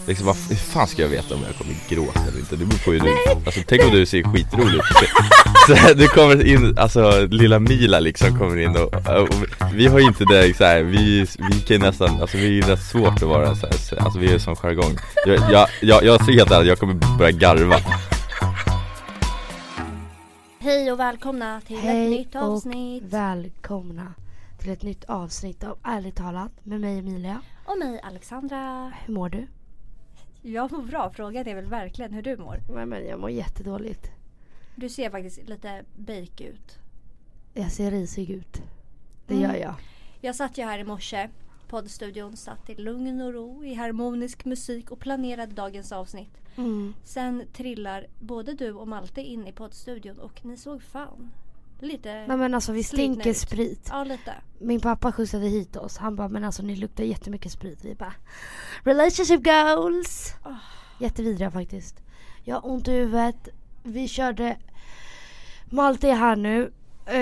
liksom, hur fan ska jag veta om jag kommer gråta eller inte? Det beror på hur du, alltså tänk om du ser skitroligt ut. Så du kommer in, alltså lilla Mila liksom kommer in och vi har ju inte det så här, vi kan nästan, alltså vi är rätt svårt att vara så här, alltså vi är som jargong. Jag ser helt att jag kommer börja garva. Hej och välkomna till ett nytt avsnitt. Välkomna till ett nytt avsnitt av Ärligt talat med mig Emilia. Och mig Alexandra. Hur mår du? Jag mår bra, frågan är väl verkligen hur du mår. Men jag mår jättedåligt. Du ser faktiskt lite bake ut. Jag ser risig ut. Det gör jag. Jag satt ju här i morse, poddstudion, satt i lugn och ro i harmonisk musik och planerade dagens avsnitt. Sen trillar både du och Malte in i poddstudion och ni såg fan lite. Nej men alltså vi stinker ut. sprit. Ja, lite. Min pappa skjutsade hit oss. Han bara, men alltså ni luktar jättemycket sprit. Vi bara, relationship goals. Jättevidriga faktiskt. Jag har ont i huvudet. Vi körde, Malte är här nu.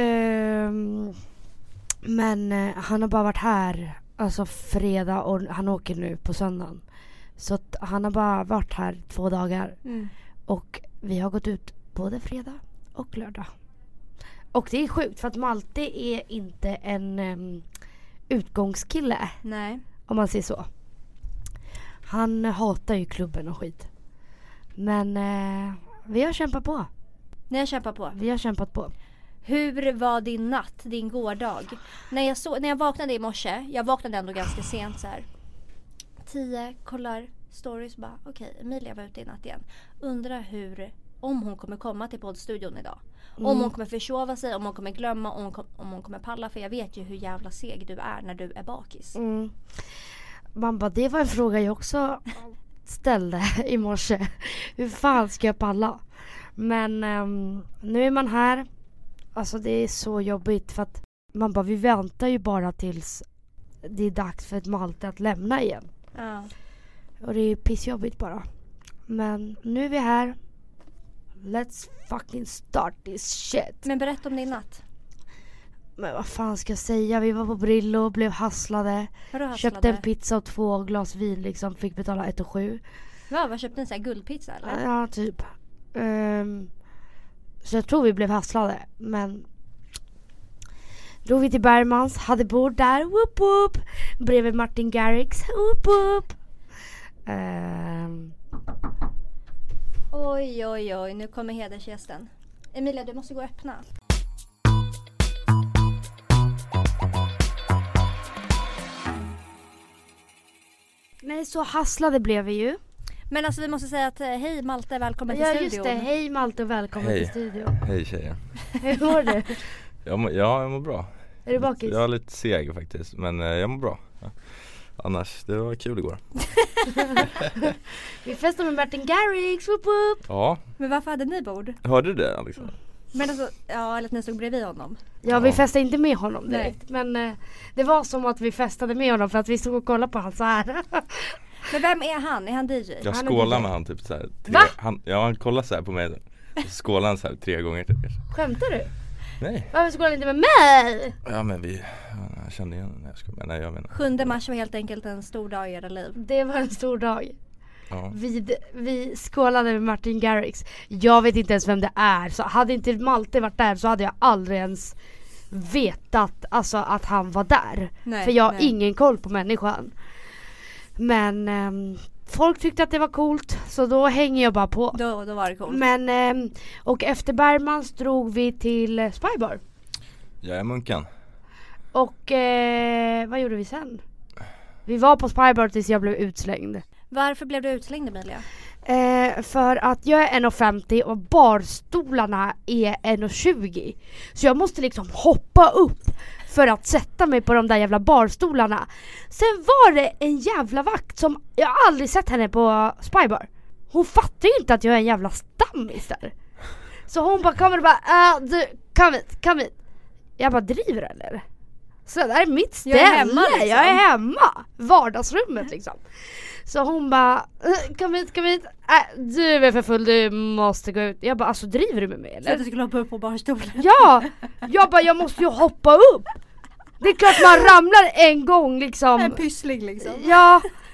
Men han har bara varit här alltså fredag och han åker nu på söndagen. Så att han har bara varit här 2 dagar. Och vi har gått ut både fredag och lördag. Och det är sjukt för att Malte är inte en utgångskille. Nej. Om man säger så. Han hatar ju klubben och skit. Men vi har kämpat på. Ni har kämpat på. Vi har kämpat på. Hur var din natt, din gårdag? När jag vaknade i morse, jag vaknade ändå ganska sent så här. 10, kollar stories, bara okej, Emilia var ute i natt igen. Undrar om hon kommer komma till poddstudion idag. Om hon kommer försova sig, om hon kommer glömma, om hon kommer palla. För jag vet ju hur jävla seg du är när du är bakis. Man bara, det var en fråga jag också ställde i morse. Hur fan ska jag palla? Men nu är man här. Alltså det är så jobbigt för att man bara, vi väntar ju bara tills det är dags för ett Malte att lämna igen. Ja. Och det är pissjobbigt bara. Men nu är vi här. Let's fucking start this shit. Men berätta om din natt. Men vad fan ska jag säga? Vi var på Brillo, blev hasslade. Köpte en pizza och 2 glas vin liksom. Fick betala 1,7. Ja, vad köpte ni? Så här guldpizza eller? Ja, typ. Så jag tror vi blev hasslade. Men drog vi till Bergmans. Hade bord där. Whoop whoop. Bredvid Martin Garrix. Whoop whoop. Oj, nu kommer hedersgästen. Emilia, du måste gå och öppna. Nej, så hasslade blev vi ju. Men alltså vi måste säga att hej Malte, välkommen till studion. Ja just det, hej Malte och välkommen till studion. Hej tjejer. Hur mår du? Jag mår bra. Är du bakis? Jag är lite seg faktiskt, men jag mår bra. Ja. Annars, det var kul igår. Vi festade med Martin Garrix, whoop whoop. Ja. Men varför hade ni bord? Hörde du det Alexander? Men alltså, ja, eller att ni stod bredvid honom. Ja, vi festade inte med honom direkt. Nej. Men det var som att vi festade med honom för att vi stod och kollade på han så här. Men vem är han? Är han DJ? Jag skålar med han typ så här. Han kollar så här på mig. Skålar han så här 3 gånger typ. Skämtar du? Nej. Varför skålar inte med mig? Ja men jag kände igen när jag skulle. Nej jag menar. 7 mars var helt enkelt en stor dag i era liv. Det var en stor dag. Ja. Vi skålade med Martin Garrix. Jag vet inte ens vem det är. Så hade inte Malte varit där så hade jag aldrig ens vetat alltså, att han var där. Nej, för jag har ingen koll på människan. Men folk tyckte att det var coolt. Så då hänger jag bara på. Då var det coolt. Men och efter Bergmans drog vi till Spybar. Jag är munken. Och vad gjorde vi sen? Vi var på Spybar tills jag blev utslängd. Varför blev du utslängd, Emilia? För att jag är 1,50 och barstolarna är 1,20. Så jag måste liksom hoppa upp för att sätta mig på de där jävla barstolarna. Sen var det en jävla vakt som jag aldrig sett henne på Spybar. Hon fattar ju inte att jag är en jävla stammis där. Så hon bara kommer och bara du, kom hit. Jag bara, driver eller? Så där är mitt ställe. Jag är hemma, liksom. Jag är hemma. Vardagsrummet liksom. Så hon bara, kom hit. Du är för full, du måste gå ut. Jag bara, alltså driver du med mig eller? Så att du skulle hoppa upp på barstolen. Ja, jag bara, jag måste ju hoppa upp. Det är klart man ramlar en gång liksom. En pyssling liksom. Ja,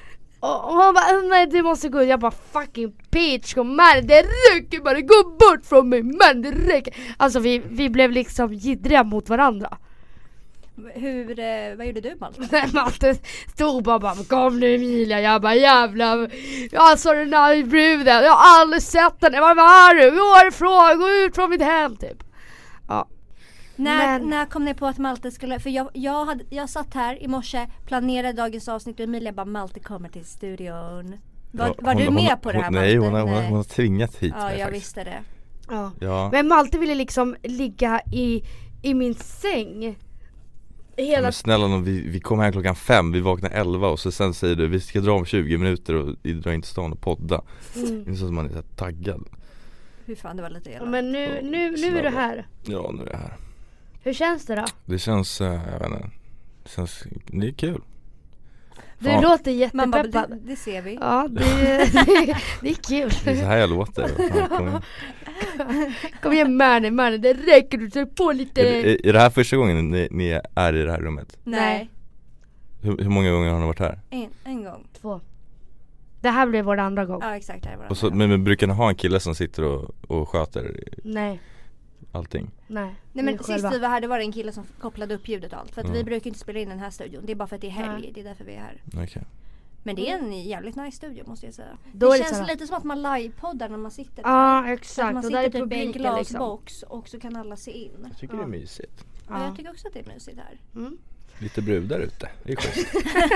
Och han bara, nej det måste gå. Jag bara, fucking bitch, kom med. Det räcker bara, gå bort från mig, men det räcker. Alltså vi blev liksom jiddriga mot varandra. Vad gjorde du, Malte? Nej, Malte stod bara, kom nu Emilia. Jag bara, jävlar. Alltså den här bruden, jag har aldrig sett den. Vad var du? Gå ifrån, gå ut från mitt hem typ. Ja. När kom ni på att Malte skulle... För jag satt här i morse, planerade dagens avsnitt och Emilia bara, Malte kommer till studion. Var du med på det här, Nej, Malte? hon har tvingat hit Ja, mig jag faktiskt. visste det. Ja. Men Malte ville liksom ligga i min säng. Men snälla någon, vi kom här klockan 5, vi vaknar 11 och så sen säger du vi ska dra om 20 minuter och vi drar inte stan och podda. Det är så att man är så taggad. Hur fan, det var lite elakt. Men nu är du här. Ja, nu är jag här. Hur känns det då? Det känns, jag vet inte. Det är kul. Du låter jättepeppad. Man bara, det ser vi. Ja, det är kul. Det är så här jag låter. Kom igen Märne, det räcker, du tar på lite. Är det här första gången ni är i det här rummet? Nej. Hur många gånger har ni varit här? En gång. 2. Det här blir vår andra gång. Ja, exakt, det här var och så, men brukar ni ha en kille som sitter och sköter Nej. allting? Nej, men sist vi var här, det var en kille som kopplade upp ljudet och allt. För att vi brukar inte spela in den här studion. Det är bara för att det är helg, det är därför vi är här. Okay. Men det är en jävligt nice studio, måste jag säga. Då det är känns lite som att man livepoddar när man sitter där. Ja, exakt. Man och sitter där är typ i en publiken glasbox liksom. Och så kan alla se in. Jag tycker det är mysigt. Ja, jag tycker också att det är mysigt här. Lite brudar ute, det är schysst.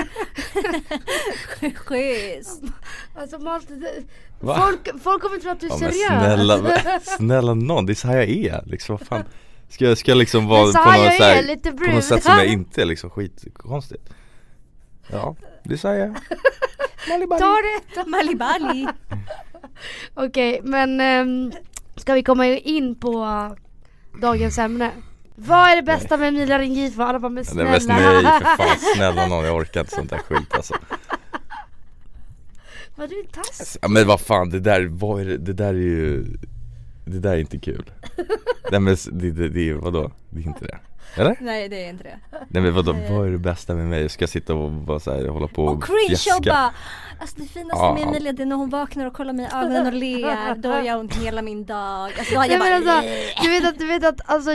Schysst. Alltså Malte, folk kommer tro att du är seriös. Snälla någon, det är så här jag är liksom, vad fan. Ska jag liksom vara på något sätt som jag inte är liksom skitkonstigt. Ja, det är så här jag är. Malibali. Okej, men ska vi komma in på dagens ämne? Vad är det bästa med Emilia Ringit? För alla bara, men snälla. Det bästa med för fan, snälla någon, jag orkar inte sånt där skit alltså. Vad du är taskig. Ja, men vad fan, det där är ju, det där är inte kul. Nej men det är vadå? Det är inte det. Eller? Nej, det är inte det. Nej men vadå, vad är det bästa med mig? Ska jag sitta och bara så här, hålla på och cringe-jobba. Alltså det finaste med Emilia, det är när hon vaknar och kollar mig i ögonen och ler. Då gör hon hela min dag. Alltså då jag bara... Du vet att alltså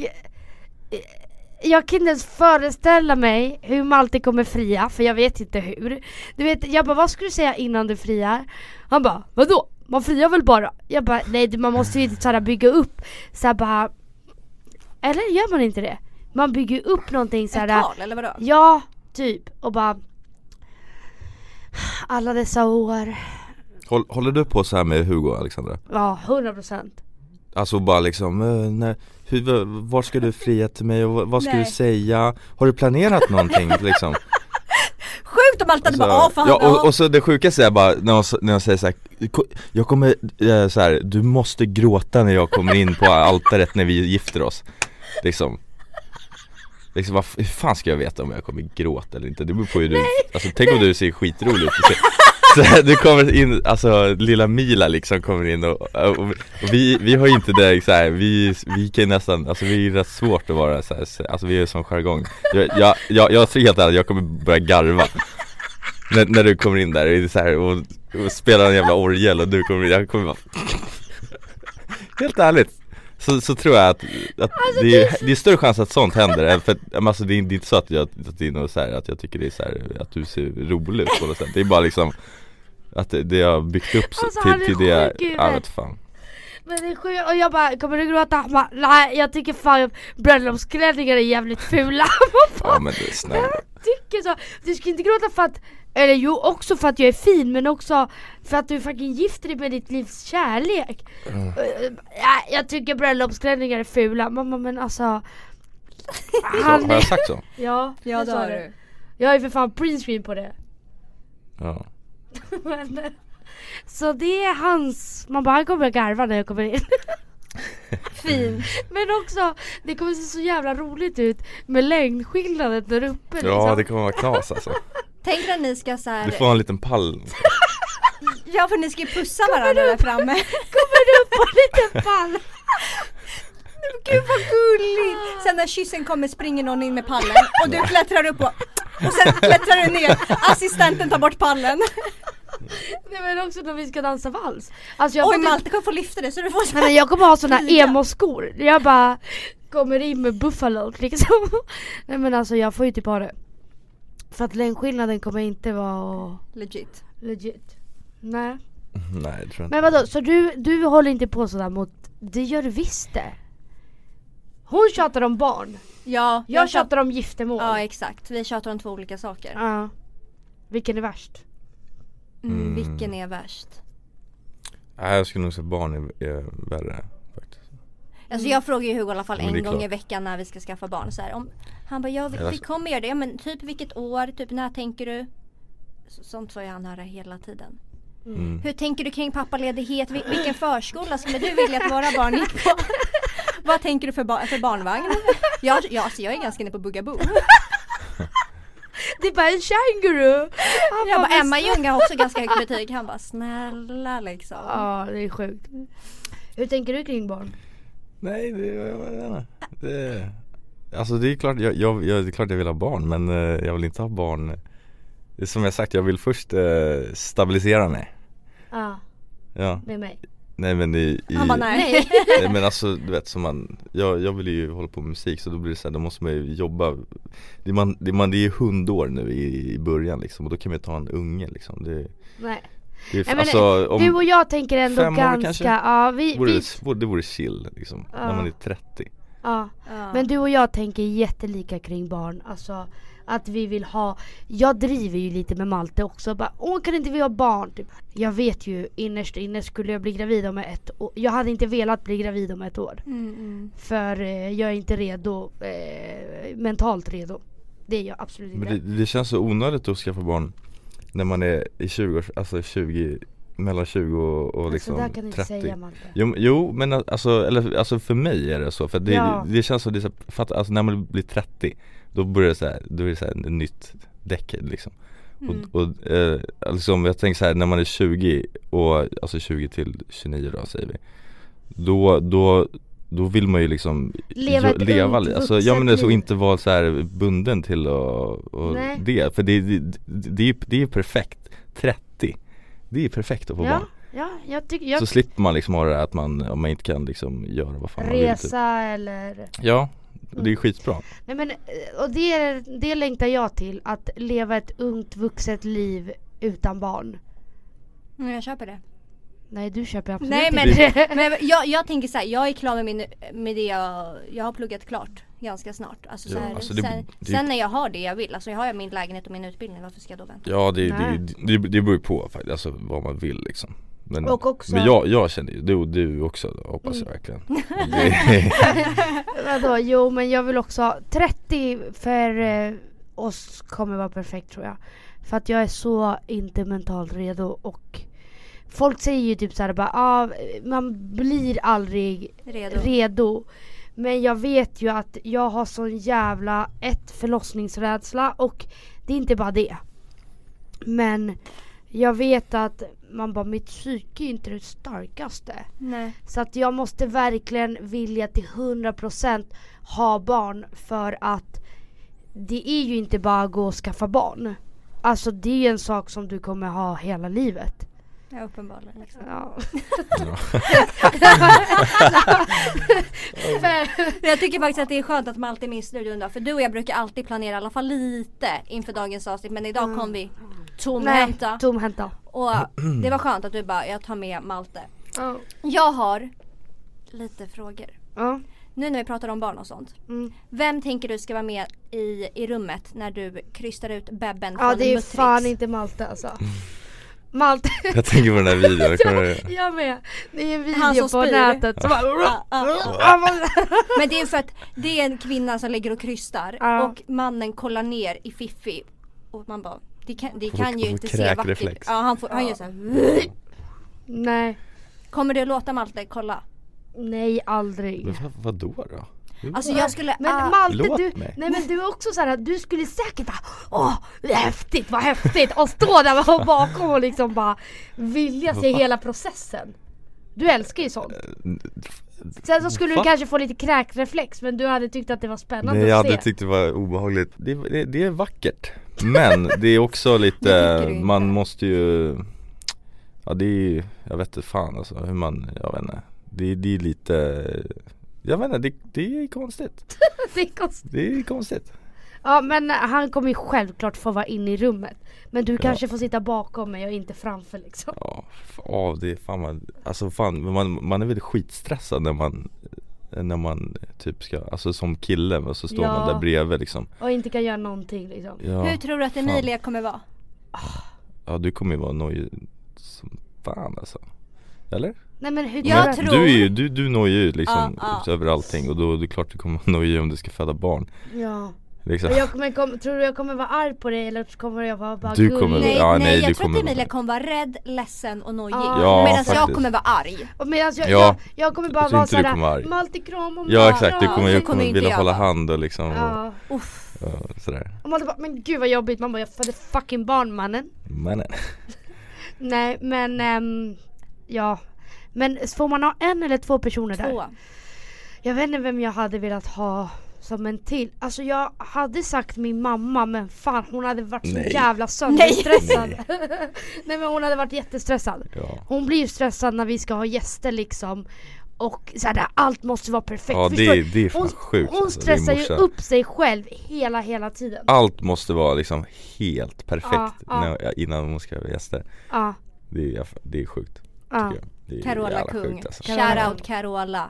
jag kan inte ens föreställa mig hur Malte kommer fria, för jag vet inte hur. Du vet, jag bara, vad skulle du säga innan du friar? Han bara, vadå? Man friar väl bara? Jag bara, nej, man måste ju inte så här bygga upp så här bara. Eller gör man inte det? Man bygger upp någonting så här. Ett tal, eller vadå? Ja, typ. Och bara alla dessa år. Håller du på så här med Hugo, Alexandra? Ja, 100%. Alltså bara liksom, var ska du fria till mig och vad ska du säga? Har du planerat någonting liksom? Sjukt om allt hade bara, fan. Ja, och så det sjukaste är bara när jag säger så här, jag kommer så här, du måste gråta när jag kommer in på altaret när vi gifter oss. Liksom hur fan ska jag veta om jag kommer gråta eller inte? Det beror på hur du, alltså tänk om du ser skitrolig ut. Så du kommer in, alltså lilla Mila liksom kommer in och vi har ju inte det så här, vi kan nästan, alltså vi är rätt svårt att vara så här, alltså vi är som jargong. Jag tror helt ärligt jag kommer börja garva när du kommer in där så här, och spelar en jävla orgel och du kommer in, jag kommer bara helt ärligt. Så tror jag att alltså det är större chans att sånt händer. För alltså det är inte så att det är något så här, att jag tycker det är så här, att du ser rolig ut på något sätt. Det är bara liksom att det har byggt upp alltså, till det. Jag vet fan. Men det är sjukt. Och jag bara, kommer du gråta? Bara, nej, jag tycker fan bröllopsklänningar är jävligt fula. Ja men det är snälla. Jag tycker så. Du ska inte gråta för att, eller jo, också för att jag är fin, men också för att du fucking gifter dig med ditt livs kärlek. Jag tycker bröllopsklänningar är fula. Mamma, men alltså har jag sagt så? Ja, det har du. Jag är för fan printscreen på det. Ja. Men, så det är hans. Man bara, han kommer att garva när jag kommer in. Fin. Men också, det kommer se så jävla roligt ut med längdskillnaden där uppe liksom. Ja, det kommer vara knas alltså. Tänk när ni ska så här. Du får en liten pall. Ja, för ni ska ju pussa varandra där framme. Kommer du upp på en liten pall? Gud vad gulligt. Sen när kyssen kommer springer någon in med pallen och du klättrar upp och Och sen klättrar du ner. Assistenten tar bort pallen. Nej, men också när vi ska dansa vals. Alltså Oj, Malte kommer få lyfta det så du får... Nej, men jag kommer ha såna emo-skor. Jag bara kommer in med buffalo liksom. Nej, men alltså jag får ju typ ha det. För att längdskillnaden kommer inte vara legit. Nej. Nej, jag tror inte. Men vadå, så du håller inte på sådär mot... Det gör du visst det. Hon tjatar om barn. Ja, Jag tjatar om giftermål. Ja, exakt. Vi tjatar om 2 olika saker. Ja. Vilken är värst? Vilken är värst? Nej, jag skulle nog säga barn är värre faktiskt. Alltså jag frågar ju Hugo i alla fall Men det är en gång klart. i veckan när vi ska skaffa barn så här, om han bara, vi kommer göra det, men typ vilket år, typ när tänker du? Sånt får jag han höra hela tiden. Hur tänker du kring pappaledighet? Vilken förskola skulle du vilja att våra barn gick på? Vad tänker du för barnvagn? Jag är ganska inne på Bugaboo. Det är bara en känguru. Jag bara, Emma Ljung har också ganska högt betyg. Han bara, snälla liksom. Ja, det är sjukt. Hur tänker du kring barn? Nej, alltså det är klart det är klart jag vill ha barn, men jag vill inte ha barn. Det är som jag sagt, jag vill först stabilisera mig. Ja. Med mig. Nej, men Han bara, nej. Nej, men alltså du vet, som jag vill ju hålla på med musik, så då blir det så här, då måste man ju jobba. Det är 100 år nu i början liksom, och då kan man ta en unge liksom. Nej. Men, alltså, om du och jag tänker ändå 5 år ganska kanske, det vore chill liksom, när man är 30. Ja. Men du och jag tänker jättelika kring barn. Alltså att vi vill ha. Jag driver ju lite med Malte också. Bara, kan inte vi ha barn? Typ. Jag vet ju innerst inne skulle jag bli gravid om 1 år. Jag hade inte velat bli gravid om 1 år. För jag är inte redo. Mentalt redo. Det är jag absolut inte. Men det känns så onödigt att skaffa barn när man är i 20 år, alltså 20, mellan 20 och liksom 30. Alltså där kan du inte säga, Malte. Jo, men alltså för mig är det så, för det känns så, för att alltså när man blir 30 då börjar det så här, då är det så här ett nytt decade liksom. Och liksom jag tänker så här, när man är 20 och alltså 20 till 29 då säger vi. Då vill man ju liksom leva alltså, ja, men så inte vara så här bunden till och det, för det är perfekt. 30. Det är perfekt att få barn. Ja, jag tycker så slipper man liksom ha det att om man inte kan liksom göra vad fan man vill. Resa eller... Ja, det är skitbra. Nej, men, och det längtar jag till. Att leva ett ungt vuxet liv utan barn. Jag köper det. Nej, du köper absolut inte. Men jag tänker så här, jag är klar med det jag har pluggat klart ganska snart. Alltså, så här, alltså sen när jag har det jag vill, alltså jag har min lägenhet och min utbildning, varför ska jag då vänta? Ja, det beror på faktiskt, alltså vad man vill liksom. Men jag känner ju, du också hoppas jag verkligen. Vadå? Jo, men jag vill också 30 för oss kommer vara perfekt, tror jag. För att jag är så inte mentalt redo, och folk säger ju typ såhär bara, man blir aldrig redo. Men jag vet ju att jag har sån jävla förlossningsrädsla, och det är inte bara det. Men jag vet att mitt psyke är inte det starkaste. Nej. Så att jag måste verkligen vilja till 100% ha barn, för att det är ju inte bara att gå och skaffa barn. Alltså det är ju en sak som du kommer ha hela livet. Ja, uppenbarligen liksom. Ja. Jag tycker faktiskt att det är skönt att man alltid är med i studion då, för du och jag brukar alltid planera i alla fall lite inför dagens avsnitt, men idag kom vi tomhänta. Och det var skönt att du bara, jag tar med Malte. Jag har lite frågor. Nu när vi pratar om barn och sånt. Vem tänker du ska vara med i rummet när du krystar ut bebben från det är Muttrix? fan inte Malte alltså. Malte. Jag tänker på den här videon. Jag med. Det är en video på nätet som Men det är för att det är en kvinna som ligger och krystar och mannen kollar ner i Fiffi och man bara, det kan ju inte se vackert. Ja, han gör så här. Nej. Kommer du låta Malte kolla? Nej, aldrig. Men vadå då? Alltså jag skulle... Men Malte, men du är också så här, du skulle säkert bara, vad häftigt, och stå där bakom och liksom bara vilja se hela processen. Du älskar ju sånt. Sen så skulle du kanske få lite kräkreflex, men du hade tyckt att det var spännande Nej, jag att se. hade tyckt det var obehagligt. Det är vackert. Men det är också lite, man måste ju, ja det är, jag vet inte fan alltså, hur man, jag vet inte. Det är lite, jag vet inte, det är konstigt. Det är konstigt. Ja, men han kommer ju självklart få vara inne i rummet. Men du kanske får sitta bakom mig och inte framför liksom. Ja, det är fan alltså fan, man är väl skitstressad när man typ ska, alltså som kille, och så står man där bredvid liksom. Och inte kan göra någonting liksom. Ja, hur tror du att Emilia kommer vara? Ja, du kommer ju vara nojig som fan alltså. Eller? Nej, men hur jag tror... Du nojar ju liksom över allting, och då är det klart du kommer vara nojig om du ska föda barn. Ja. Liksom. Tror du jag kommer vara arg på dig, eller kommer jag vara bara du kommer, nej, jag tror att Emilia vara... kommer vara rädd, ledsen och nojig. Medan jag kommer vara arg. Och medan jag kommer bara vara sådär Malte kram om ja exakt, jag kommer vilja hålla hand och liksom och sådär. Och Malte bara, men gud vad jobbigt. Man bara, jag födde fucking barn, mannen. Nej, men ja. Men får man ha en eller två personer där? 2. Jag vet inte vem jag hade velat ha som en till. Alltså jag hade sagt min mamma, men fan hon hade varit så jävla sönderstressad. Nej, men hon hade varit jättestressad. Ja. Hon blir ju stressad när vi ska ha gäster liksom. Och så här, allt måste vara perfekt. Ja, det är fan sjukt. Hon stressar ju upp sig själv hela tiden. Allt måste vara liksom helt perfekt innan hon ska ha gäster. Ja. Det är sjukt. Carola Kung. Alltså. Shout out Carola.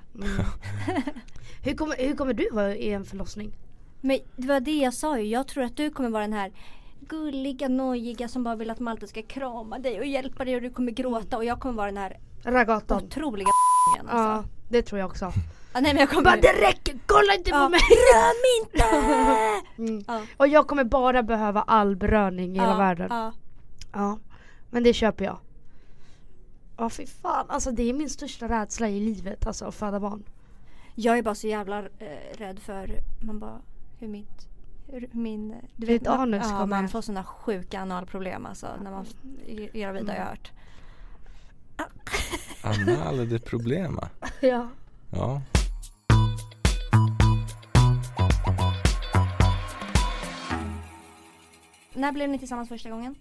Hur kommer du vara i en förlossning? Men det var det jag sa ju. Jag tror att du kommer vara den här gulliga, nojiga som bara vill att Malte ska krama dig och hjälpa dig, och du kommer gråta, och jag kommer vara den här ragatan. Otroliga alltså. Ja, det tror jag också. Nej, men jag kommer bara, det räcker, kolla inte på mig. Rör mig inte. Och jag kommer bara behöva all beröring i hela världen. Ja, men det köper jag. Ja, fy fan. Alltså det är min största rädsla i livet, alltså att föda barn. Jag är bara så jävla rädd för hur min du vet, anus kommer. Man får såna sjuka analproblem alltså när man är gravid, har jag hört. Anal är det problem. Ja. När blev ni tillsammans första gången?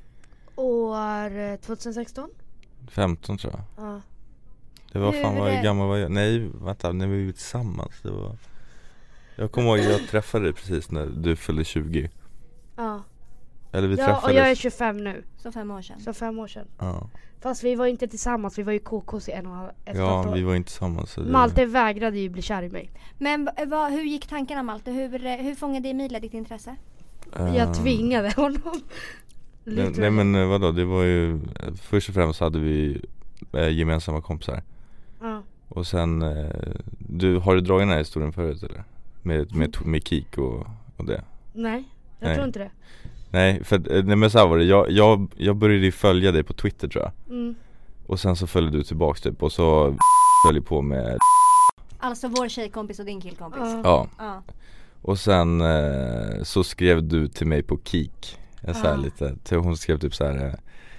År 2016. 15 tror jag. Ja. Det var fan, vad gammal var jag? Nej, vänta, när vi var tillsammans. Det var... Jag kommer ihåg, jag träffade dig precis när du fyllde 20. Ja. Eller vi träffades. Och jag är 25 nu. Så 5 år sedan. Ja. Fast vi var inte tillsammans, vi var ju KKs i 1,5 år. Ja, vi var inte tillsammans. Malte vägrade ju bli kär i mig. Men hur gick tankarna, Malte? Hur fångade Emilia ditt intresse? Jag tvingade honom. Nej, men vadå, det var ju... Först och främst hade vi gemensamma kompisar. Ja. Och sen... har du dragit den här historien förut eller? Med Kik och det? Nej, jag tror inte det. Nej, men så här var det. Jag började ju följa dig på Twitter tror jag. Och sen så följde du tillbaks typ. Och så följde på med... Alltså vår tjejkompis och din killkompis. Ja. Och sen så skrev du till mig på Kik. Så här lite. Hon skrev typ så här...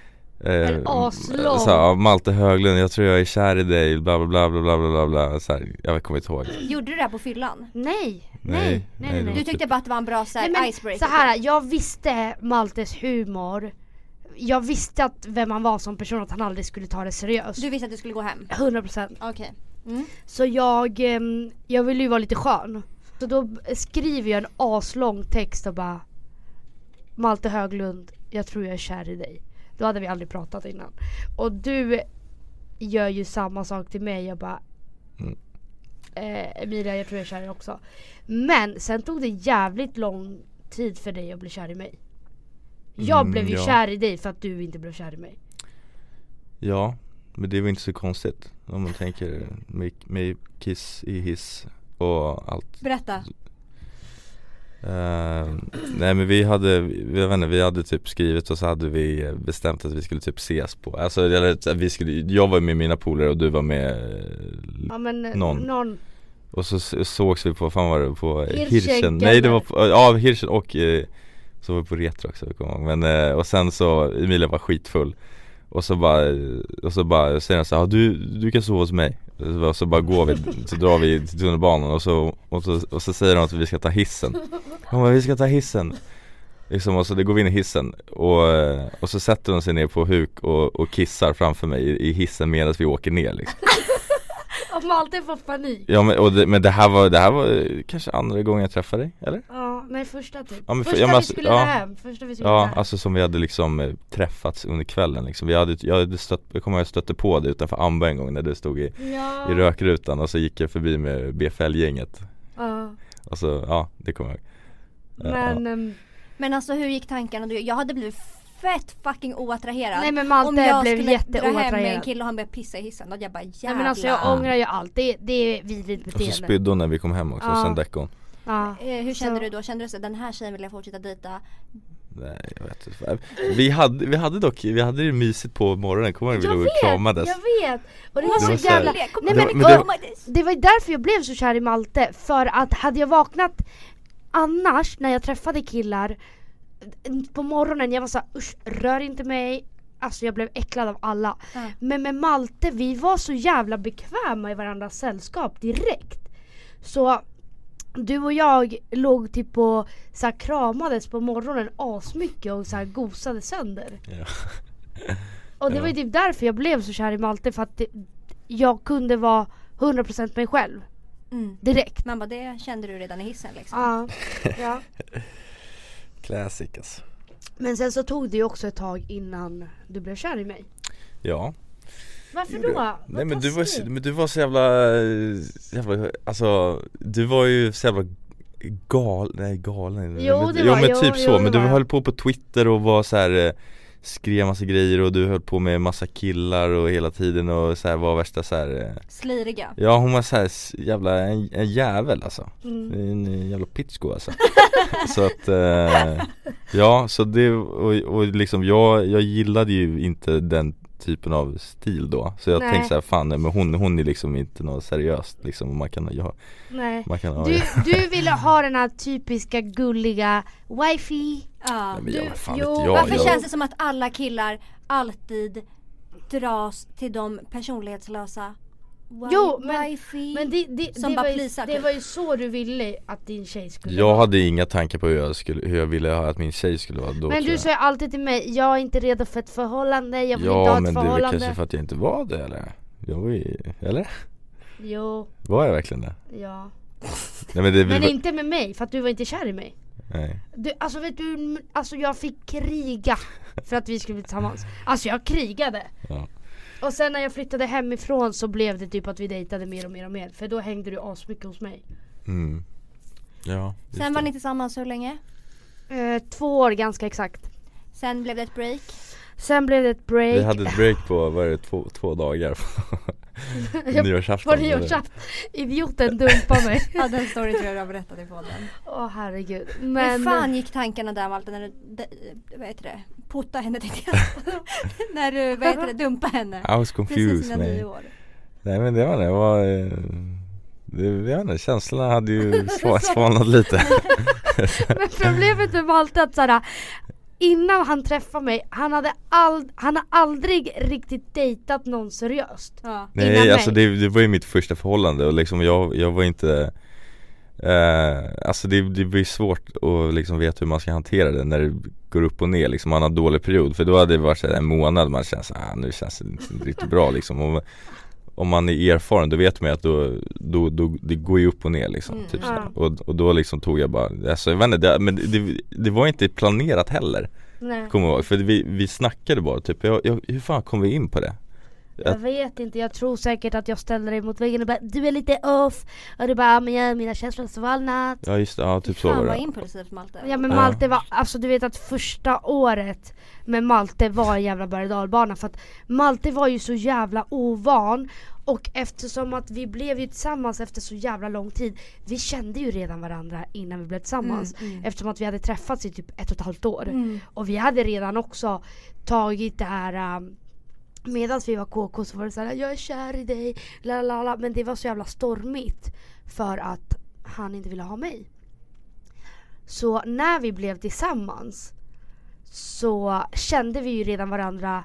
Malte Höglund, jag tror jag är kär i dig, bla bla bla bla bla bla. Så här, jag kommer inte ihåg. Gjorde du det här på fyllan? Nej. Du tyckte bara att det var en bra icebreaker? Så här, jag visste Maltes humor. Jag visste att vem han var som person, att han aldrig skulle ta det seriöst. Du visste att du skulle gå hem? 100%. Okej. Så jag ville ju vara lite skön. Så då skriver jag en aslång text och bara: Malte Höglund, jag tror jag är kär i dig. Då hade vi aldrig pratat innan. Och du gör ju samma sak till mig. Jag bara Emilia, jag tror jag är kär i dig också. Men sen tog det jävligt lång tid för dig att bli kär i mig. Jag blev ju kär i dig för att du inte blev kär i mig. Ja, men det var inte så konstigt om man tänker med kiss i hiss och allt. Berätta. Nej, men vi hade typ skrivit och så hade vi bestämt att vi skulle typ ses på, alltså jag var med mina polare och du var med någon. Och så sågs vi på, fan var det på Hirschen? Nej, det var på, Hirschen och så var vi på Retro också, men och sen så Emilia var skitfull och så bara säger han så här: du kan sova hos mig. Så bara går vi, så drar vi till tunnelbanan och så säger de att vi ska ta hissen. Vi ska ta hissen. Liksom, och så det går vi in i hissen och så sätter de sig ner på huk och kissar framför mig i hissen medan vi åker ner liksom. Om alltid får panik. Ja, men det här var kanske andra gången jag träffade dig, eller? Ja, nej första typ. Ja, men första vi skulle hem. Alltså som vi hade liksom träffats under kvällen liksom. Jag kommer ihåg stötte på det utanför Amba en gång när du stod i rökrutan och så gick jag förbi med BFL-gänget. Ja. Och så, det kommer jag ihåg. Men alltså hur gick tankarna? Jag hade blivit fett fucking oattraherad. Nej men Malte blev jätteoattraherad. Om jag skulle dra hem med en kille och han började pissa i hissen, då hade jag bara jävlar. Nej men alltså jag ångrar ju allt, det är vidrigt beteende. Och så spydde hon när vi kom hem också, och sen däckade hon. Ja. Hur kände du då? Kände du så den här tjejen vill jag fortsätta dejta? Nej, jag vet inte. Vi hade det mysigt på morgonen. Kommer vi låg och kramades. Jag vet. Och det var så jävla. Det var därför jag blev så kär i Malte, för att hade jag vaknat annars när jag träffade killar på morgonen, jag var så här, usch, rör inte mig. Alltså jag blev äcklad av alla. Men med Malte, vi var så jävla bekväma i varandras sällskap direkt. Så du och jag låg typ och så här kramades på morgonen asmycket och så här gosade sönder. Ja. Och det var ju typ därför jag blev så kär i Malte, för att jag kunde vara 100% mig själv. Direkt. Man bara, det kände du redan i hissen liksom. Ja. Classic alltså. Men sen så tog det ju också ett tag innan du blev kär i mig. Ja. Varför då? Nej men du var så jävla alltså du var ju så jävla galen. Jo, det var men typ så, men du var. höll på Twitter och var så här, skrev massa grejer och du höll på med massa killar och hela tiden och så här var värsta så här sliriga. Ja, hon var så här jävla en jävel alltså. En jävla pitchko alltså. Så att ja, så det och liksom jag gillade ju inte den typen av stil då. Så jag tänkte så här, fan men hon är liksom inte något seriöst liksom man kan ha. Nej. Man kan du ville ha den här typiska gulliga wifi. Ja. Varför känns det som att alla killar alltid dras till de personlighetslösa wifi men det var ju så du ville att din tjej skulle Jag hade inga tankar på hur jag ville att min tjej skulle vara då. Men du sa alltid till mig, jag är inte redo för ett förhållande, jag vill inte ha ett förhållande. Ja, men det är kanske för att jag inte var det, eller? Jag var ju, eller? Jo. Var jag verkligen det? Ja. Nej, men inte med mig, för att du var inte kär i mig. Nej. Alltså vet du, alltså jag fick kriga för att vi skulle bli tillsammans. Alltså jag krigade. Ja. Och sen när jag flyttade hemifrån så blev det typ att vi dejtade mer och mer och mer. För då hängde du asmycket hos mig. Ja. Sen var ni tillsammans hur länge? 2 år ganska exakt. Sen blev det ett break. Vi hade ett break på, var det 2 dagar nyårsafton. Var det nyårsafton? Idioten dumpade mig. Ja, den story tror jag har berättat i podden. Åh herregud. Men fan gick tankarna där Malte när du, vad heter det? Putta henne när du, vad heter det, dumpa henne. I was confused. Nej men det var känslorna hade ju svalnat lite. Men problemet med Malte att såhär, innan han träffade mig, han har aldrig riktigt dejtat någon seriöst. Ja. Nej, alltså det var ju mitt första förhållande och liksom jag var inte alltså det blir svårt att liksom veta hur man ska hantera det när det går upp och ner liksom, man har en dålig period, för då hade det varit så en månad man känner så nu känns det inte riktigt bra liksom. Om man är erfaren då vet man att då det går ju upp och ner liksom, typ så. Och då liksom tog jag bara, alltså jag vet inte, men det var inte planerat heller. Nej. Kommer jag ihåg, för vi snackade bara typ, hur fan kom vi in på det? Jag vet inte, jag tror säkert att jag ställde dig mot väggen och bara, du är lite off. Och du bara, men jag mina känslor så valnat. Ja just det, ja typ så var var det. det. Impulsivt Malte. Ja men Malte var, alltså du vet att första året med Malte var en jävla berg- och dalbana, för att Malte var ju så jävla ovan. Och eftersom att vi blev ju tillsammans efter så jävla lång tid, vi kände ju redan varandra innan vi blev tillsammans. Eftersom att vi hade träffats i typ 1,5 år. Och vi hade redan också tagit det här medan vi var KK, så var det så här, jag är kär i dig, lalala. Men det var så jävla stormigt för att han inte ville ha mig. Så när vi blev tillsammans så kände vi ju redan varandra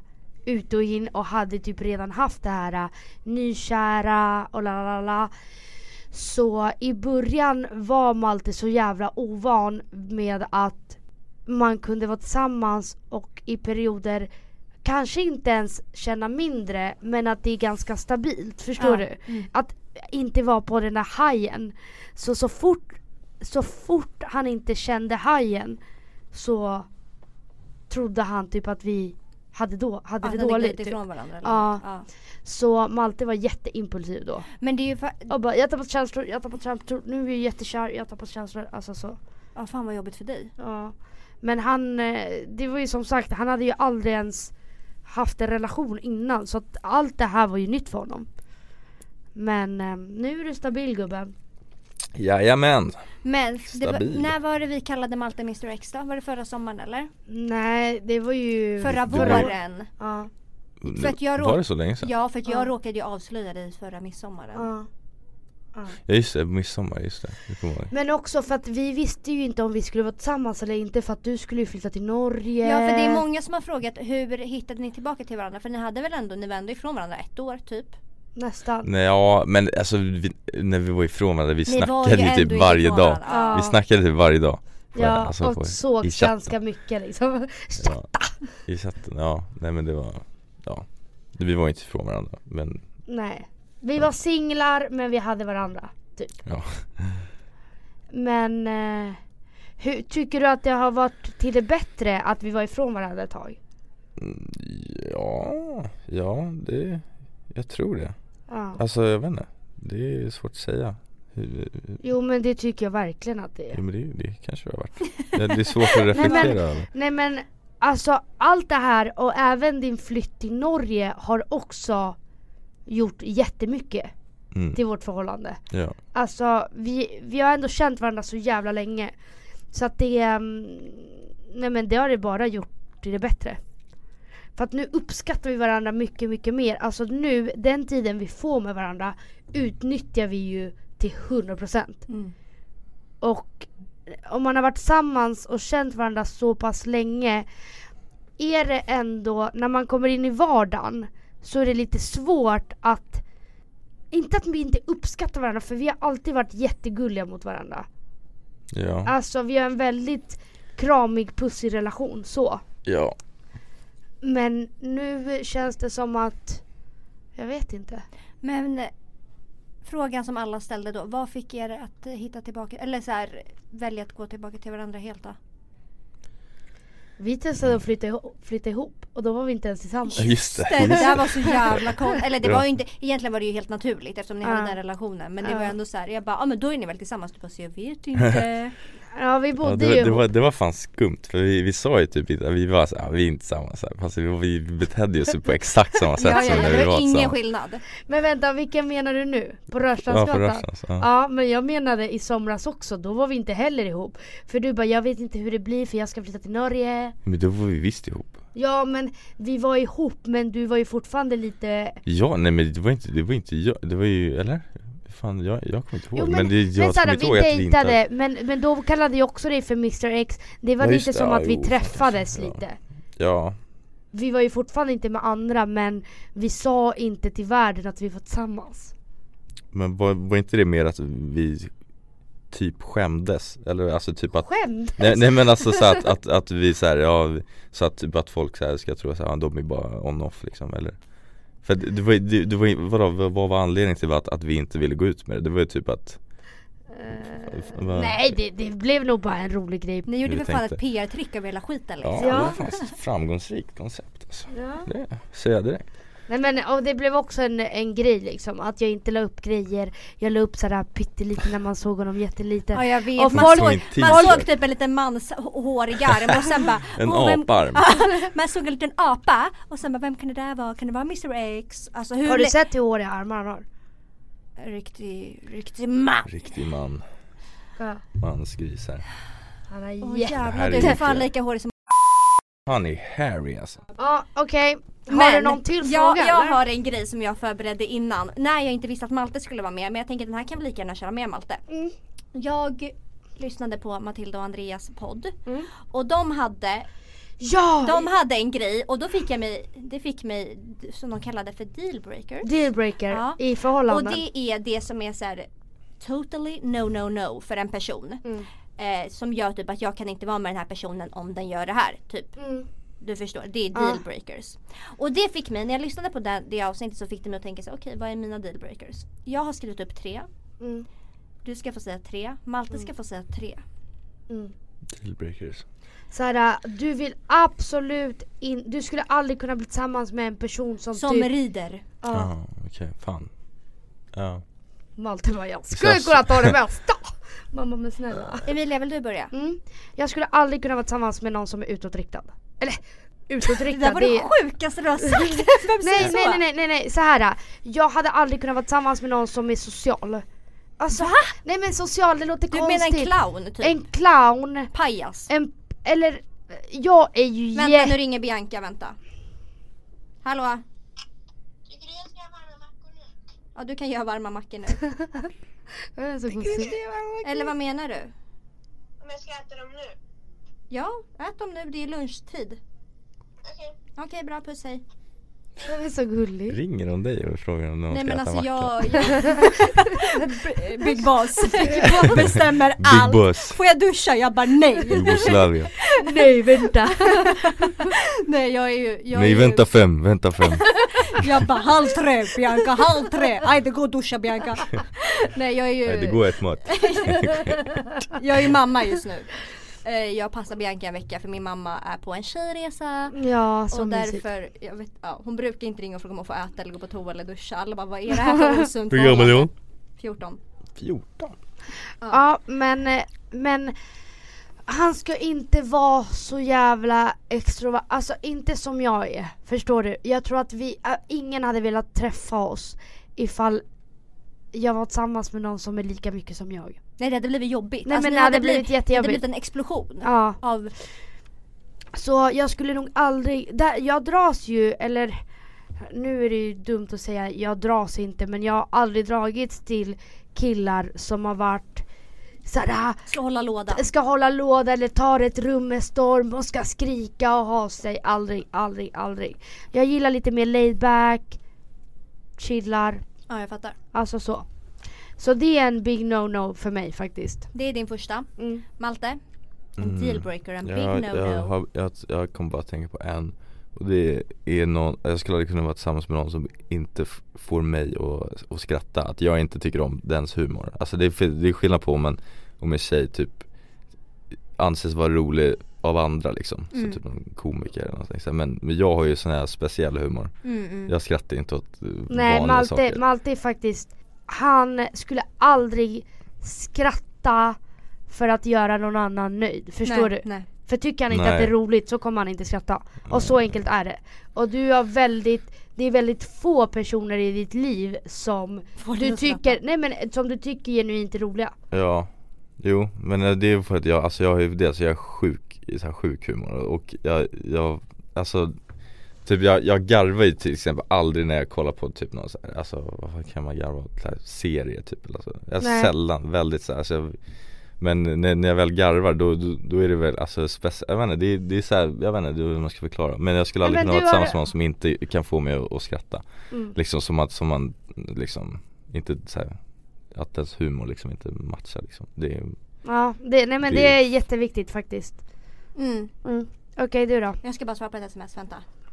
ut och in och hade typ redan haft det här nykära och lalala. Så i början var Malte så jävla ovan med att man kunde vara tillsammans och i perioder kanske inte ens känna mindre, men att det är ganska stabilt, förstår du? Att inte vara på den där hajen. Så fort han inte kände hajen så trodde han typ att vi hade det dåligt typ. Ifrån varandra, eller? Ja. Så Malte var jätteimpulsiv då. Men det är ju och bara, jag tar på känslor, nu är vi jättekär, jag tar på känslor, alltså så. Ja, fan vad jobbigt för dig. Ja. Men han, det var ju som sagt, han hade ju aldrig ens haft en relation innan, så att allt det här var ju nytt för honom. Men nu är du stabil, gubben. Jajamän. Men när var det vi kallade Malte Mr. X då? Var det förra sommaren eller? Nej, det var ju förra våren. Ja. För att jag var det så länge sedan? Ja, för att jag råkade ju avslöja dig förra midsommaren. Ja. Ja, just det, midsommar, just det. Men också för att vi visste ju inte om vi skulle vara tillsammans eller inte, för att du skulle ju flytta till Norge. Ja, för det är många som har frågat, hur hittade ni tillbaka till varandra? För ni hade väl ändå, ni var ändå ifrån varandra 1 år typ? Nästan. Nej, ja, men alltså när vi var ifrån varandra, vi snackade ju typ varje dag. Ja. Vi snackade typ varje dag. Ja, alltså, och sågs ganska mycket liksom. Chatta. I chatten, ja. Nej, men det var, ja. Vi var inte ifrån varandra, men... Nej. Vi var singlar, men vi hade varandra, typ. Ja. Men hur tycker du att det har varit till det bättre att vi var ifrån varandra ett tag? Ja, det... Jag tror det. Ja. Alltså, jag vet inte. Det är svårt att säga. Jo, men det tycker jag verkligen att det är. Jo, men det kanske det har varit. Det är svårt att reflektera över. Nej, men alltså allt det här och även din flytt till Norge har också gjort jättemycket till vårt förhållande. Ja. Alltså vi har ändå känt varandra så jävla länge. Så att det nej, men det har det bara gjort till det bättre. För att nu uppskattar vi varandra mycket, mycket mer. Alltså nu, den tiden vi får med varandra utnyttjar vi ju till 100%. Och om man har varit tillsammans och känt varandra så pass länge, är det ändå, när man kommer in i vardagen, så är det lite svårt att, inte att vi inte uppskattar varandra, för vi har alltid varit jättegulliga mot varandra. Ja. Alltså vi har en väldigt kramig, pussig relation, så. Ja. Men nu känns det som att, jag vet inte. Men frågan som alla ställde då, vad fick er att hitta tillbaka, eller så här, välja att gå tillbaka till varandra helt då? Vi testade att flytta ihop och då var vi inte ens tillsammans. Just det. Det där var så jävla konstigt. Eller det var ju inte, egentligen var det ju helt naturligt eftersom ni hade den här relationen. Men det var ändå så här, jag bara, men då är ni väl tillsammans? Du bara, så jag vet inte. Ja, vi bodde ju det var fan skumt. För vi sa ju typ inte, vi var så här, vi är inte tillsammans. Fast vi betedde oss på exakt samma sätt som när vi var ingen tillsammans. skillnad. Men vänta, vilken menar du nu? På Rörstrandsgatan? Ja, på Rörstrands, ja, men jag menade i somras också. Då var vi inte heller ihop. För du bara, jag vet inte hur det blir för jag ska flytta till Norge. Men då var vi visst ihop. Ja, men vi var ihop, men du var ju fortfarande lite... Ja, nej men det var inte jag. Det var ju, eller? Fan, jag kommer inte ihåg. Jo, men jag Sara, kommer inte ihåg att vi inte hade... men då kallade jag också dig för Mr. X. Det var lite som att vi träffades lite. Ja. Vi var ju fortfarande inte med andra, men vi sa inte till världen att vi var tillsammans. Men var inte det mer att vi typ skämdes? Eller alltså typ att... Skämdes? Nej men alltså så att vi så här, ja, så att typ att folk så här ska tro att ja, de är bara on-off liksom, eller... För vad var anledningen till att vi inte ville gå ut med det? Det var ju typ att... Nej, det blev nog bara en rolig grej. Ni gjorde väl fan ett PR-trick av hela skiten liksom. Ja, det var faktiskt ett framgångsrikt koncept alltså. Ja. Det säger jag direkt. Nej, men och det blev också en grej liksom, att jag inte la upp grejer. Jag la upp sådär pyttelite när man såg honom jättelite. Ja, jag vet. Och Man såg typ en liten mans hårig arm och sen bara... en aparm. Man såg en liten apa och sen bara, vem kan det där vara? Kan det vara Mr. X? Alltså, har du sett hur håriga armar han har? Riktig man. Riktig man. Ja. Mansgrisar. Han är jävlar, du är fan lika hårig som... Han är Harry alltså. Ja, okej. Har du någon till fråga? Jag har en grej som jag förberedde innan. När jag inte visste att Malte skulle vara med. Men jag tänker att den här kan vi lika gärna köra med Malte. Jag lyssnade på Matilda och Andreas podd. Och de hade... Ja! De hade en grej och då fick det fick mig som de kallade för dealbreaker. Dealbreaker i förhållanden. Och det är det som är så här totally no för en person. Som gör typ att jag kan inte vara med den här personen om den gör det här typ. Du förstår, det är dealbreakers. Och det fick mig, när jag lyssnade på det avsnittet så fick det mig att tänka så okej, vad är mina dealbreakers? Jag har skrivit upp 3. Du ska få säga 3. Malte ska få säga 3. Dealbreakers. Såhär, du vill absolut du skulle aldrig kunna bli tillsammans med en person som rider. Ja, okej, fan. Ja. Malte var jag skulle kunna ta det mesta. Mamma, men snälla. Emilia, vill du börja? Jag skulle aldrig kunna vara tillsammans med någon som är utåtriktad. Eller utåtriktad. Det var det sjukaste du har sagt. Nej. Så här. Jag hade aldrig kunnat vara tillsammans med någon som är social. Alltså, nej men social, det låter du konstigt. Du menar en clown typ? En clown. Pajas. Eller jag är ju Vänta, nu ringer Bianca, vänta. Hallå? Tycker du jag ska göra varma mackor nu? Ja, du kan göra varma mackor nu. Det är så gosigt. Eller vad menar du? Om jag ska äta dem nu? Ja, ät dem nu, det är lunchtid. Okej, bra, puss, hej. Det är så gullig. Ringer de dig och frågar om någon ska äta macka? Jag Big Boss bestämmer allt. Boss. Får jag duscha? Jag bara nej. Jugoslavien. Nej, vänta. Nej, jag är ju Nej, vänta 5. Jag bara 2:30 Bianca, 2:30. Aj, det går duscha Bianca. Nej, jag är ju Nej, det går ett mat. Jag är ju mamma just nu. Jag passar Bianca en vecka för min mamma är på en tjejresa. Ja, så och mysigt. därför, jag vet, hon brukar inte ringa och fråga om hon får äta eller gå på toa eller duscha. Alla bara, vad är det här för osunt? Hur gammal är hon? 14. Ja, men han ska inte vara så jävla extrovert. Alltså inte som jag är. Förstår du? Jag tror att ingen hade velat träffa oss ifall jag var tillsammans med någon som är lika mycket som jag. Nej, det hade blivit jobbigt. Nej, men det hade blivit jättejobbigt. Det hade blivit en explosion. Ja. Av... Så jag skulle nog aldrig... jag dras ju, eller... Nu är det ju dumt att säga jag dras inte, men jag har aldrig dragits till killar som har varit såhär... Ska hålla låda eller tar ett rum med storm och ska skrika och ha sig. Aldrig. Jag gillar lite mer laid back, chillar. Ja, jag fattar. Alltså så. Så det är en big no för mig faktiskt. Det är din första. Malte? En dealbreaker, en big no-no. Jag kommer bara tänka på en. Och det är någon, jag skulle aldrig kunna vara tillsammans med någon som inte får mig att skratta. Att jag inte tycker om dens humor. Alltså det är skillnad på om en tjej typ anses vara rolig av andra liksom. Så typ en komiker eller någonting. Men jag har ju sån här speciell humor. Jag skrattar inte åt vanliga saker. Malte är faktiskt, han skulle aldrig skratta för att göra någon annan nöjd. Förstår du? Nej. För tycker han inte att det är roligt så kommer han inte skratta. Och så enkelt är det. Och det är väldigt få personer i ditt liv som du tycker genuint är roliga. Ja. Jo, men det är för att jag har ju jag är sjuk i så här sjuk humor och jag alltså typ jag garvar ju till exempel aldrig när jag kollar på typ någon så här, alltså vad kan man garva åt, serie typ eller så. Jag sällan väldigt så här, alltså men när jag väl garvar då är det väl alltså jag vet inte, det är så här, jag vet inte hur man ska förklara, men jag skulle aldrig kunna vara tillsammans med någon som inte kan få mig att skratta. Liksom som man liksom inte så här, att ens humor liksom inte matchar liksom. Det är, det är jätteviktigt faktiskt. Okej, du då? Jag ska bara svara på ett sms, vänta.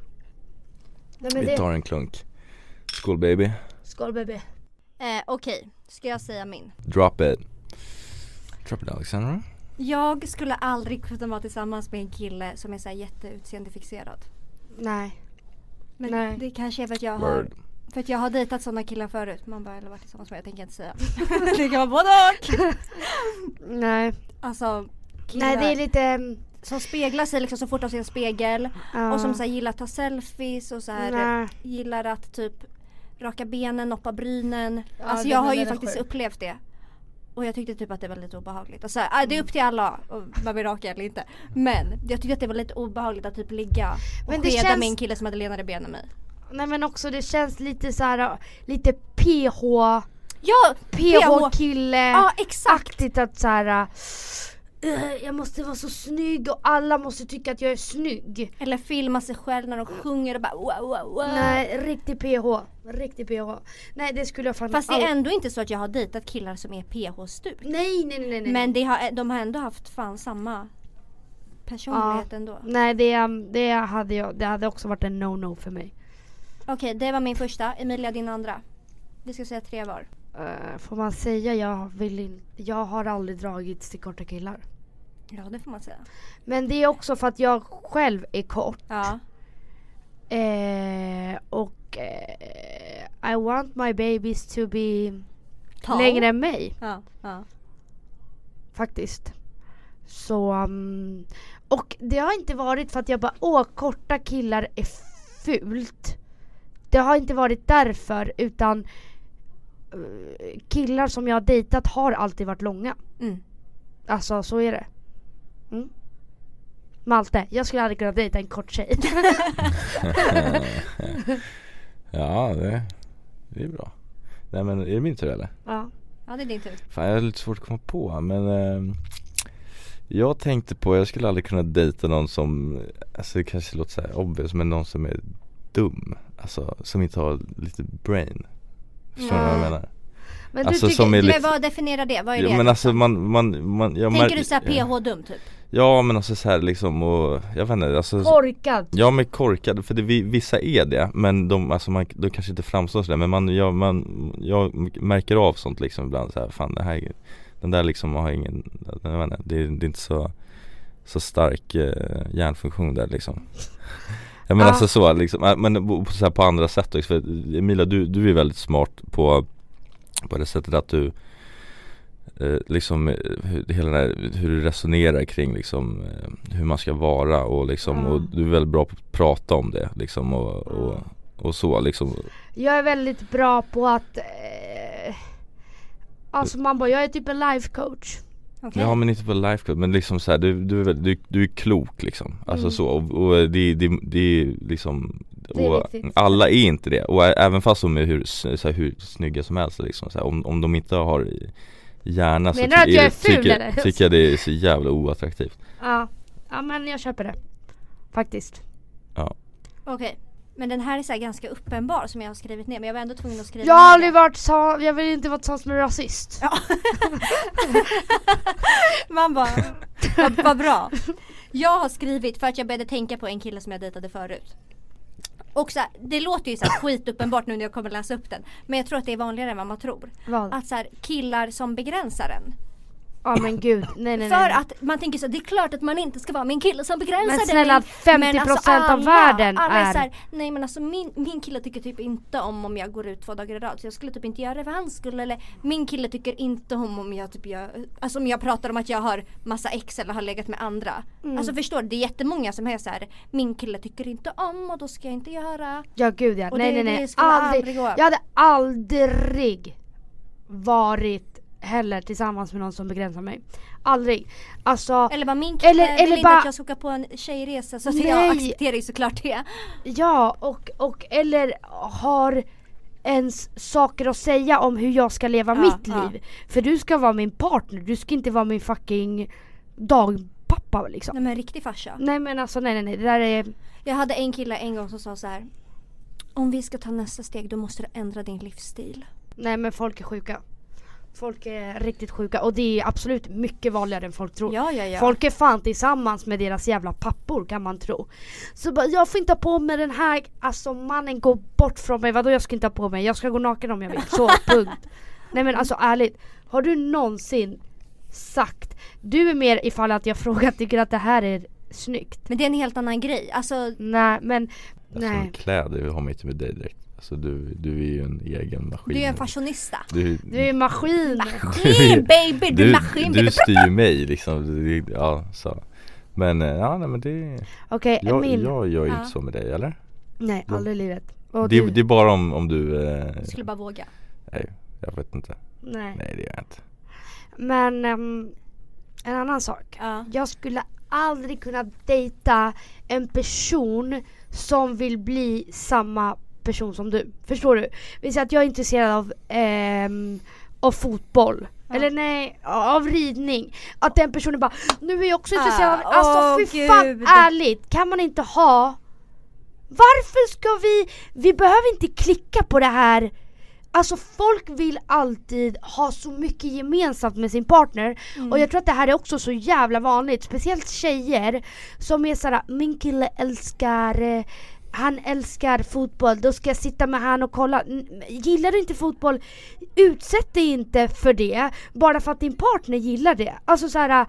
Vi tar en klunk. Skål baby. Skål baby. Okej, ska jag säga min? Drop it Alexandra. Jag skulle aldrig kunna vara tillsammans med en kille som är så här jätteutseendefixerad. Nej. Men det kanske är för att jag har dejtat sådana killar förut. Man bara, eller varit tillsammans med, jag tänker inte säga. Det kan vara både och. Nej. Alltså killar. Nej, det är lite som speglar sig liksom så fort de ser en spegel. Och som så här, gillar att ta selfies och så här, gillar att typ raka benen, noppa brynen. Alltså jag har ju faktiskt upplevt det. Och jag tyckte typ att det var lite obehagligt. Alltså, det är upp till alla om man vill raka eller inte. Men jag tyckte att det var lite obehagligt att typ ligga och skeda med en kille som hade lenare ben än mig. Nej, men också det känns lite så här, lite PH. Ja, PH-kille. Ja, exakt. Aktigt att så här, jag måste vara så snygg och alla måste tycka att jag är snygg. Eller filma sig själv när de sjunger och bara wow. Nej, riktig PH. Nej, det skulle jag Fast det är ändå inte så att jag har dejtat killar som är PH-stup. Nej. Men de har ändå haft fan samma personlighet ändå. Nej, det hade också varit en no-no för mig. Okej, det var min första. Emilia, din andra. Vi ska säga 3 var. Får man säga jag har aldrig dragits till korta killar. Ja, det får man säga. Men det är också för att jag själv är kort. Ja. I want my babies to be Tall. längre än mig. Ja. Faktiskt. Så och det har inte varit för att jag bara korta killar är fult. Det har inte varit därför, utan killar som jag har dejtat har alltid varit långa. Alltså så är det. Malte, jag skulle aldrig kunna dejta en kort tjej. Ja, det är bra. Nej, men är det min tur eller? Ja, det är din tur. Fan, jag har lite svårt att komma på, men jag tänkte på, jag skulle aldrig kunna dejta någon som, alltså det kanske låter så här obvious, men någon som är dum, alltså som inte har lite brain. Förstår du vad jag menar? Men alltså, du tycker, men vad definierar det? Vad är det? Men alltså tänker du så här PH-dum typ? Ja, men alltså så här liksom, och jag vet inte, alltså, korkad. Ja, men korkad, för vissa är det, men de kanske inte framstår så där, men jag märker av sånt liksom ibland så här, fan, den där liksom har ingen, jag vet inte, det är inte så stark hjärnfunktion där liksom. Ja, men alltså så liksom, men så här på andra sätt också, för Emilia, du är väldigt smart på det sättet att du liksom hela den här, hur du resonerar kring liksom hur man ska vara och liksom och du är väldigt bra på att prata om det liksom och så liksom. Jag är väldigt bra på att alltså man bara, jag är typ en life coach. Okay. Ja, men inte på life coach, men liksom så här, du är klok liksom. Alltså så, och det är liksom, och alla är inte det, och även fast de är hur snygga som helst liksom, så här, om de inte har hjärna, så tycker jag det är så jävla oattraktivt. Ja, men jag köper det faktiskt. Ja. Okej. Men den här är så här ganska uppenbar som jag har skrivit ner, men jag var ändå tvungen att skriva jag har aldrig jag vill inte vara tillsammans med rasist. Ja. Man bara, vad bra. Jag har skrivit för att jag började tänka på en kille som jag dejtade förut. Och så här, det låter ju så här skituppenbart nu när jag kommer läsa upp den, men jag tror att det är vanligare än vad man tror. Vad? Att så här, killar som begränsar en. Ja, men gud, nej. För att man tänker så, det är klart att man inte ska vara med en kille som begränsar dig. Men snälla, 50% av världen är så här, nej men alltså min kille tycker typ inte om jag går ut 2 dagar i rad, så jag skulle typ inte göra det för hans skull. Eller min kille tycker inte om jag typ alltså om jag pratar om att jag har massa ex eller har legat med andra. Alltså förstår du, det är jättemånga som är så här, min kille tycker inte om och då ska jag inte göra. Ja, gud ja. Och nej. Det aldrig gå. Jag hade aldrig varit heller tillsammans med någon som begränsar mig. Aldrig. Alltså, eller bara min kille vill inte bara, att jag ska åka på en tjejresa, så jag accepterar ju såklart det. Ja, och eller har ens saker att säga om hur jag ska leva mitt liv. För du ska vara min partner, du ska inte vara min fucking dagpappa liksom. Nej, men riktig farsa. Nej, men alltså nej, det där är... Jag hade en kille en gång som sa så här: om vi ska ta nästa steg, då måste du ändra din livsstil. Nej, men folk är sjuka. Folk är riktigt sjuka, och det är absolut mycket vanligare än folk tror. Ja. Folk är fan tillsammans med deras jävla pappor, kan man tro. Så bara, jag får inte ha på mig den här, alltså mannen går bort från mig. Vadå jag ska inte ha på mig? Jag ska gå naken om jag vill. Så, punkt. Nej, men alltså ärligt, har du någonsin sagt, du är mer ifall att jag frågar, tycker att det här är snyggt? Men det är en helt annan grej. Alltså, nej, men nej. Kläder har man inte med dig direkt. Alltså du är ju en egen maskin. Du är en fashionista. Du är en maskin. Maskin baby, du är maskin. Du styr mig liksom. Ja, så. Men ja, nej, men det. Okej, jag gör ju inte så med dig, eller? Nej, aldrig i livet. Det är bara om du skulle bara våga. Nej, jag vet inte. Nej, det gör jag inte. Men en annan sak. Jag skulle aldrig kunna dejta en person som vill bli samma person som du. Förstår du? Vi säger att jag är intresserad av fotboll. Eller nej, av ridning. Att den personen bara, nu är jag också intresserad av. Alltså fy fan, ärligt. Kan man inte ha. Varför ska vi behöver inte klicka på det här. Alltså folk vill alltid ha så mycket gemensamt med sin partner. Och jag tror att det här är också så jävla vanligt. Speciellt tjejer som är såhär, min kille han älskar fotboll, då ska jag sitta med han och kolla. Gillar du inte fotboll, utsätt dig inte för det. Bara för att din partner gillar det. Alltså såhär,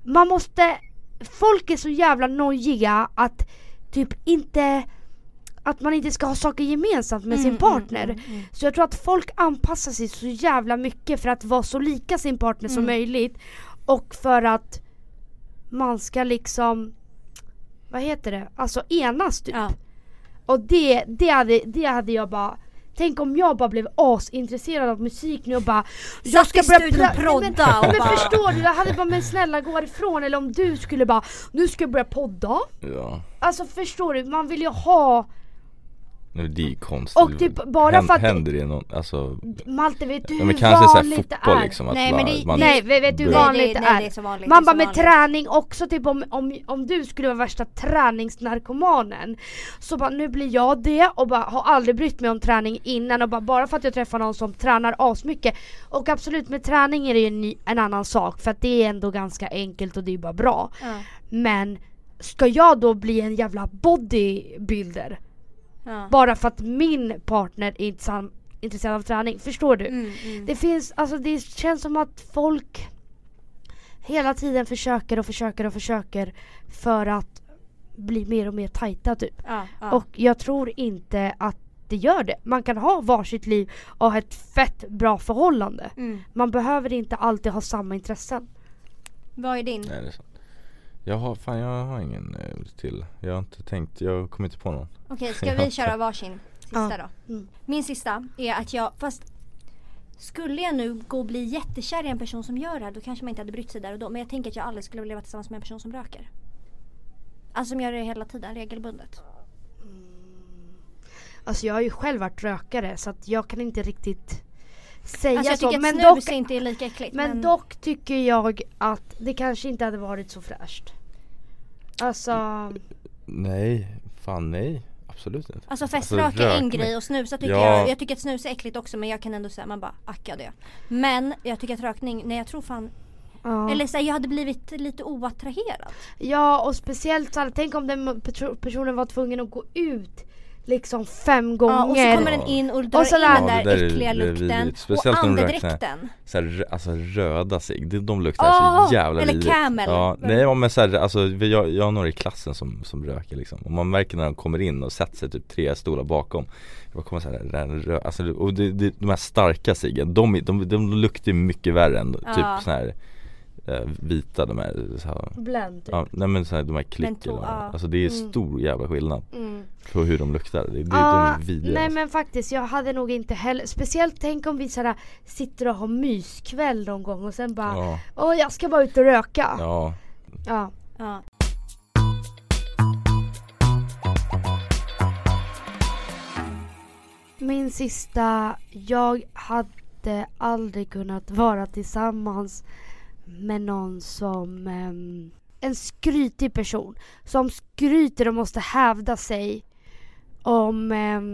folk är så jävla nojiga att typ inte, att man inte ska ha saker gemensamt med sin partner. Så jag tror att folk anpassar sig så jävla mycket för att vara så lika sin partner som möjligt. Och för att man ska liksom, vad heter det? Alltså enas typ. Ja. Och det hade jag bara. Tänk om jag bara blev asintresserad av musik nu och bara, jag ska börja prodda. Men förstår du, jag hade bara, men snälla gå ifrån. Eller om du skulle bara, nu ska jag börja podda. Ja. Alltså förstår du, man vill ju ha. Nu det är konstigt. Och typ bara för att händer det någon, alltså Malte, vet du men hur kanske vanligt det är? Liksom, att nej, man vet du hur vanligt det är? Det är så vanligt, man bara med träning också, typ om du skulle vara värsta träningsnarkomanen, så bara, nu blir jag det och bara har aldrig brytt mig om träning innan och bara för att jag träffar någon som tränar asmycket. Och absolut, med träning är det ju en annan sak, för att det är ändå ganska enkelt och det är bara bra. Men ska jag då bli en jävla bodybuilder? Bara för att min partner är inte intresserad av träning. Förstår du? Det finns, alltså det känns som att folk hela tiden försöker för att bli mer och mer tajta typ. Och jag tror inte att det gör det. Man kan ha varsitt liv och ha ett fett bra förhållande. Man behöver inte alltid ha samma intressen. Vad är din? Nej, det är sant. Jag har ingen till. Jag har inte tänkt, jag kommer inte på någon. Okej, ska vi köra varsin sista då? Min sista är att skulle jag nu gå och bli jättekär i en person som gör det här, då kanske man inte hade brytt sig där och då. Men jag tänker att jag aldrig skulle vilja leva tillsammans med en person som röker. Alltså som gör det hela tiden, regelbundet. Alltså jag har ju själv varit rökare, så att jag kan inte riktigt säga alltså jag så. Men dock inte är lika äckligt. Men dock tycker jag att det kanske inte hade varit så fräscht. Alltså nej, absolut inte. Alltså feströka är en grej och snusa tycker jag tycker att snus är äckligt också, men jag kan ändå säga, man bara acka det. Men jag tycker att rökning, nej jag tror fan eller så jag hade blivit lite oattraherad. Ja, och speciellt så tänk om den personen var tvungen att gå ut liksom 5 gånger. Ja, och så kommer den in och drar in den där äckliga lukten. Speciellt och andedräkten. Alltså röda sig, de luktar så jävla eller Camel. Ja, nej, men så här, alltså jag har några i klassen som röker liksom. Och man märker när de kommer in och sätter sig typ 3 stolar bakom. Jag kommer så här, alltså, och de här starka ciggen, de luktar mycket värre än typ så här vita, de här så här, blend. Ja, nej men så här, de här klicker. Alltså det är stor jävla skillnad på hur de luktar. De är vidriga. Nej men faktiskt, jag hade nog inte heller, speciellt tänk om vi så här, sitter och har myskväll någon gång och sen bara jag ska bara ut och röka. Ja. Min sista, jag hade aldrig kunnat vara tillsammans med någon som en skrytig person som skryter och måste hävda sig om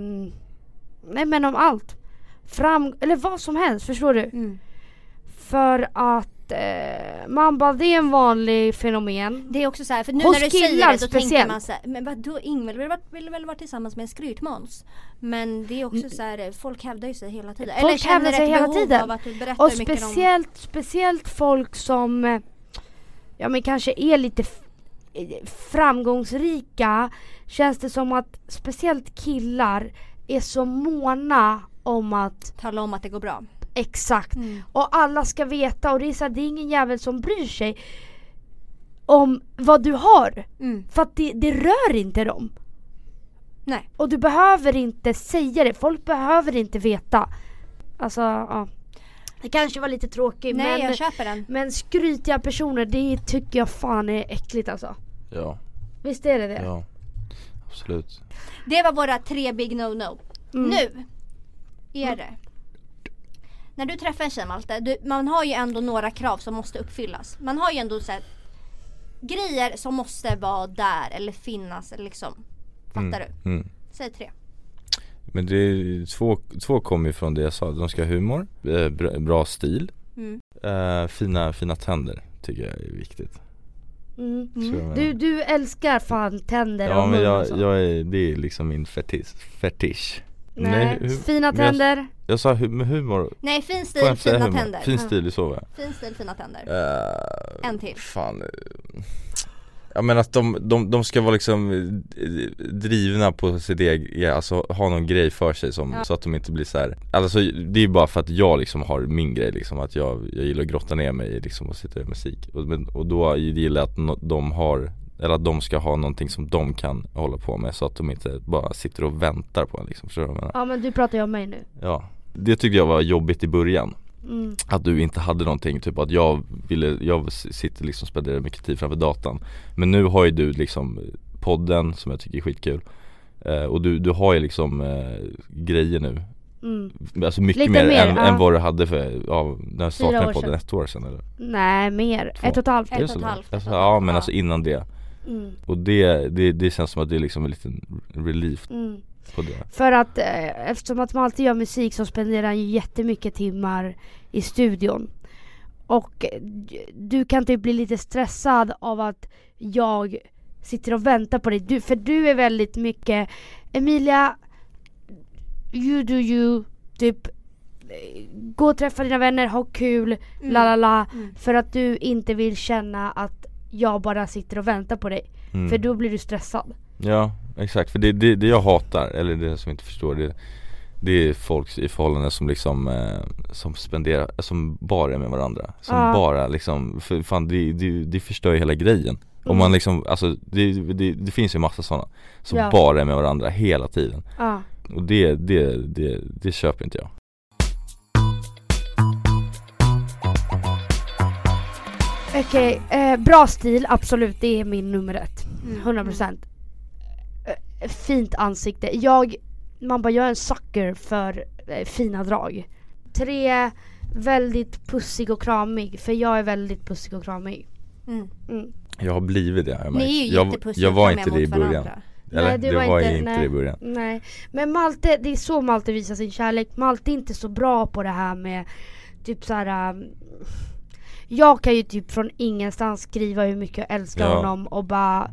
om allt eller vad som helst, förstår du? För att man bara, det är en vanlig fenomen. Det är också så här, för nu när du säger det så tänker man så här, men vadå, Ingvild vill väl vara tillsammans med en skrytmåns. Men det är också så här, folk hävdar ju sig hela tiden. Folk hävdar sig hela tiden. Av att du berättar och speciellt folk som men kanske är lite framgångsrika, känns det som att speciellt killar är så måna om att tala om att det går bra. Exakt. Och alla ska veta, och det är så här, det är ingen jävel som bryr sig om vad du har. För att det rör inte dem. Nej. Och du behöver inte säga det. Folk behöver inte veta. Alltså, det kanske var lite tråkigt. Nej, jag köper den. Men skrytiga personer, det tycker jag fan är äckligt alltså. Ja. Visst är det? Ja, absolut. Det var våra 3 big no-no. Nu är det. när du träffar en tjej, Malte, man har ju ändå några krav som måste uppfyllas. Man har ju ändå så här, grejer som måste vara där eller finnas eller liksom. Fattar du? Säg 3. Men det är två kommer ju från det jag sa. De ska ha humor, bra stil, fina tänder tycker jag är viktigt. Du älskar fan tänder. Ja, och men mun det är liksom min fetisch. Nej, fina tänder. Jag sa med humor. Nej, fin stil, fina tänder. Fin stil i så va? Fin stil, fina tänder. En till. Fan. Ja, men att de ska vara liksom drivna på sitt eget, alltså ha någon grej för sig som, så att de inte blir så här. Alltså det är bara för att jag liksom har min grej liksom, att jag gillar att grotta ner mig liksom och sitta i musik och då gillar jag att de har, eller att de ska ha någonting som de kan hålla på med, så att de inte bara sitter och väntar på en liksom, förstår du vad jag menar? Ja, men du pratar ju om mig nu. Ja, det tyckte jag var jobbigt i början. Att du inte hade någonting, typ att jag sitter liksom och spenderar mycket tid framför datan. Men nu har ju du liksom podden som jag tycker är skitkul, och du har ju liksom grejer nu. Alltså mycket lite mer än vad du hade när jag startade podden 1 år sedan eller? Nej, mer, 1,5. 1,5. Ja, men alltså innan det. Och det känns som att det är liksom en liten relief på det. För att eftersom att man alltid gör musik så spenderar han ju jättemycket timmar i studion. Och du kan typ bli lite stressad av att jag sitter och väntar på dig. För du är väldigt mycket Emilia, you do you, typ gå och träffa dina vänner, ha kul, för att du inte vill känna att jag bara sitter och väntar på dig. För då blir du stressad. Ja, exakt. För det jag hatar, eller det som jag inte förstår, det är folk i förhållanden som liksom som spenderar, som bara är med varandra, som bara liksom, för fan det förstör ju hela grejen. Om man liksom, alltså det finns ju massa sådana som bara är med varandra hela tiden. Och det köper inte jag. Okej, bra stil, absolut, det är min nummer 1. 100%. Fint ansikte. Jag är en sucker för fina drag. 3, väldigt pussig och kramig, för jag är väldigt pussig och kramig. Jag har blivit det. Ni är ju jättepussiga. Jag var inte det i början. Eller, nej, det var inte det i början. Nej, men Malte, det är så Malte visar sin kärlek. Malte är inte så bra på det här med typ så här. Jag kan ju typ från ingenstans skriva hur mycket jag älskar honom och bara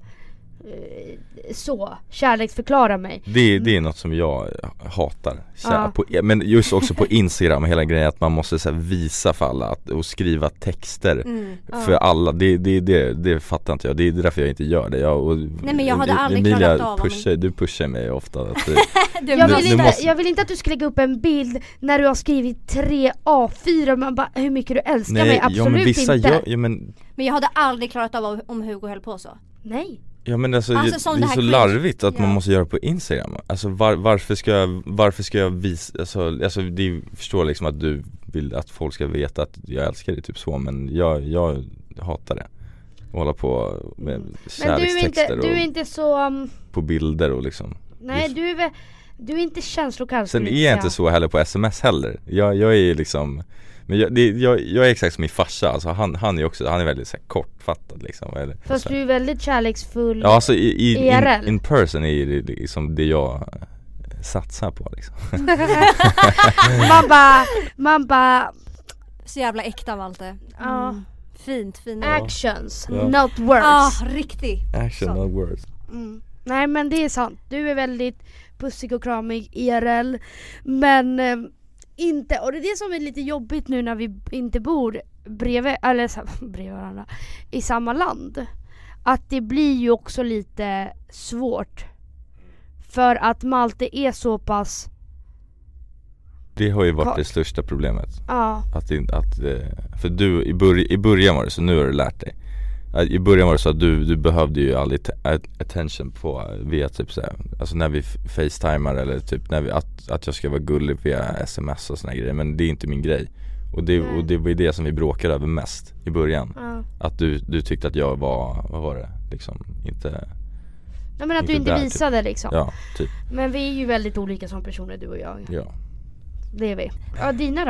så kärleksförklara mig. Det är något som jag hatar. Men just också på Instagram, hela grejen att man måste så här visa för alla och skriva texter för alla. Det fattar inte jag. Det är därför jag inte gör det. Nej, men jag hade aldrig klarat av du pushar mig ofta att jag vill inte att du ska lägga upp en bild när du har skrivit 3 A4, man bara, hur mycket du älskar mig. Absolut inte. Men jag hade aldrig klarat av om Hugo höll på så. Nej. Ja, men alltså det är så larvigt att man måste göra på Instagram. Alltså varför ska jag visa, alltså det förstår liksom att du vill att folk ska veta att jag älskar dig typ så, men jag hatar det. Och hålla på med kärlekstexter. Men du är inte så på bilder och liksom. Nej, du är inte känslokall. Sen är jag inte så heller på SMS heller. Jag är liksom, men jag är exakt som min farsa. Alltså han är väldigt så här kortfattad liksom. Fast du är väldigt kärleksfull. Ja, alltså in person är det liksom det jag satsar på liksom. man bara så jävla äkta, Malte. Fint. Actions, not words. Riktigt. Action, not words. Nej, men det är sant. Du är väldigt pussig och kramig IRL. Men inte, och det är det som är lite jobbigt nu när vi inte bor bredvid varandra i samma land. Att det blir ju också lite svårt. För att Malte är så pass. Det har ju varit det största problemet. Ja. För du i början var det så, nu har du lärt dig. I början var det så att du behövde ju aldrig attention på via typ så här, alltså när vi facetimar eller typ när att jag ska vara gullig via SMS och såna grejer, men det är inte min grej. Och det var ju det som vi bråkade över mest i början. Att du tyckte att jag var, vad var det liksom, inte. Nej, men att du inte visade typ. Liksom. Ja, typ. Men vi är ju väldigt olika som personer, du och jag. Ja. Det är vi. Ja, dina då?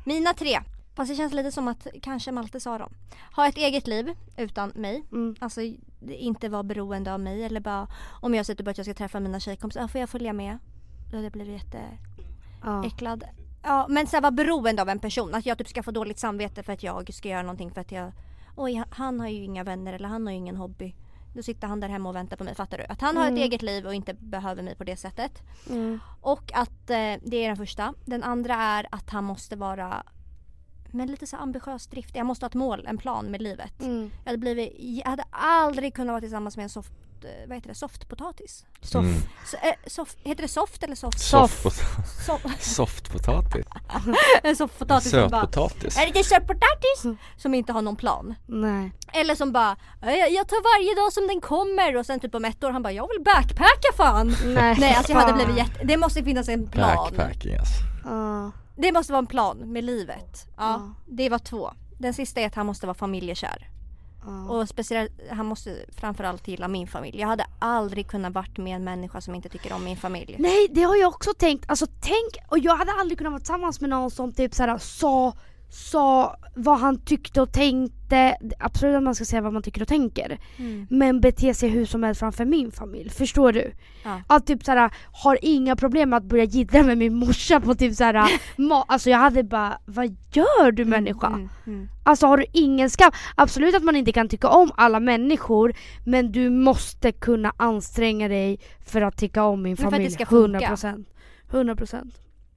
Mina 3. Fast det känns lite som att kanske Malte sa dem. Ha ett eget liv utan mig. Alltså inte vara beroende av mig. Eller bara om jag sätter på att jag ska träffa mina tjejkompisar. Får jag följa med? Då hade jag blivit jätteäcklad. Ja, men så här, vara beroende av en person. Att jag typ ska få dåligt samvete för att jag ska göra någonting. För att han har ju inga vänner eller han har ju ingen hobby. Då sitter han där hemma och väntar på mig, fattar du? Att han har ett eget liv och inte behöver mig på det sättet. Och att det är den första. Den andra är att han måste vara med lite så ambitiös drift. Jag måste ha ett mål, en plan med livet. Jag hade aldrig kunnat vara tillsammans med en softpotatis. Heter det soft eller soft? Softpotatis. En softpotatis som bara, är det sötpotatis? Som inte har någon plan. Nej. Eller som bara, jag tar varje dag som den kommer. Och sen typ om 1 år han bara, jag vill backpacka fan. Nej, alltså jag hade blivit det måste finnas en plan. Backpacking alltså. Det måste vara en plan med livet. Ja, det var 2. Den sista är att han måste vara familjekär. Och speciellt, han måste framförallt gilla min familj. Jag hade aldrig kunnat varit med en människa som inte tycker om min familj. Nej, det har jag också tänkt. Alltså och jag hade aldrig kunnat vara tillsammans med någon som typ såhär sa vad han tyckte och tänkte. Absolut att man ska säga vad man tycker och tänker. Men bete sig hur som helst framför min familj. Förstår du? Ja. Att typ såhär har inga problem med att börja jiddra med min morsa på typ såhär alltså jag hade bara, vad gör du människa? Alltså har du ingen skam? Absolut att man inte kan tycka om alla människor, men du måste kunna anstränga dig för att tycka om min familj. För att det ska funka. 100%.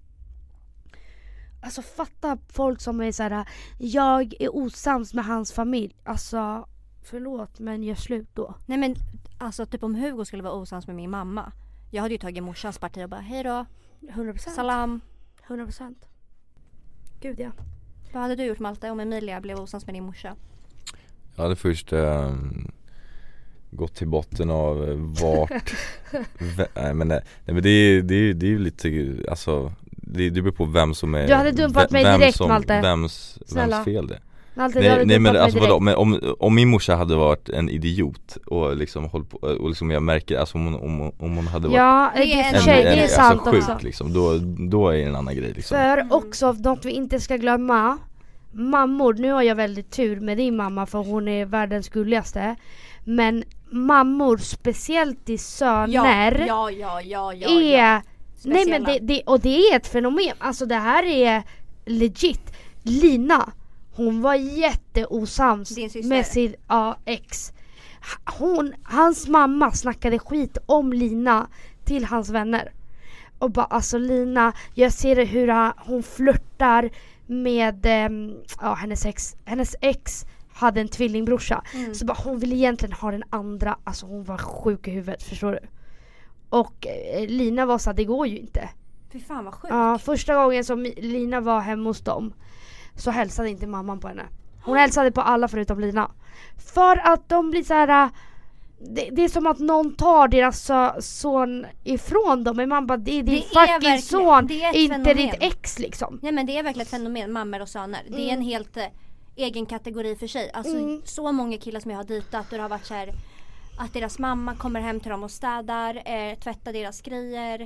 Alltså fatta folk som är såhär, jag är osams med hans familj. Alltså förlåt, men gör slut då. Nej men alltså typ om Hugo skulle vara osams med min mamma. Jag hade ju tagit morsans parti och bara, hej då. 100%. Salam. 100%. Gud ja. Vad hade du gjort Malte om Emilia blev osams med din morsa? Jag hade först gått till botten av vart nej men det är ju lite, alltså det beror på vem som är. Du hade dumpat mig direkt, Malte. Vems fel det. Malte, nej men alltså vadå, men om min morsa hade varit en idiot och liksom hållit på, och liksom jag märker alltså om hon hade varit det är sant sjuk, också liksom, då är det en annan grej liksom. För också något vi inte ska glömma, mammor, nu har jag väldigt tur med din mamma för hon är världens gulligaste, men mammor, speciellt i söner, ja. Nej men det är ett fenomen. Alltså det här är legit. Lina, hon var jätteosams med sin ex. Hans mamma snackade skit om Lina till hans vänner. Och bara, alltså Lina, jag ser hur hon flörtar med hennes ex hade en tvillingbrorsa. Så bara, hon ville egentligen ha den andra. Alltså hon var sjuk i huvudet, förstår du? Och Lina var så att det går ju inte. Fy fan vad sjukt. Ja, första gången som Lina var hemma hos dem så hälsade inte mamman på henne. Hon hälsade på alla förutom Lina. För att de blir så här. Det är som att någon tar deras son ifrån dem. Men man bara, det är din fucking son, inte ditt ex liksom. Nej men det är verkligen ett fenomen, mammor och söner. Det är en helt egen kategori för sig. Alltså så många killar som jag har dejtat och det har varit så här, att deras mamma kommer hem till dem och städar, tvättar deras grejer.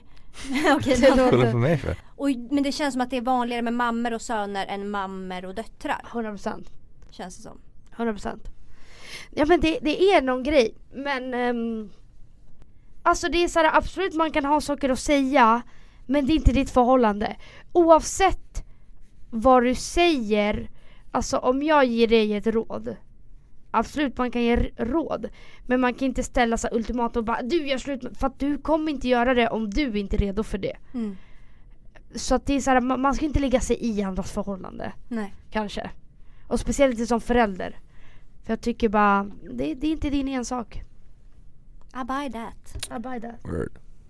Men det känns som att det är vanligare med mammor och söner än mammor och döttrar. 100%. Känns det som. 100%. Ja men det är någon grej. Men alltså det är så här, absolut man kan ha saker att säga, men det är inte ditt förhållande. Oavsett vad du säger, alltså om jag ger dig ett råd, absolut man kan ge råd, men man kan inte ställa sig ultimat och bara, du gör slut, för att du kommer inte göra det om du inte är redo för det. Så att det är så här, man ska inte lägga sig i andras förhållande. Nej. Kanske. Och speciellt inte som förälder. För jag tycker bara, det är inte din ensak. I buy that. Word.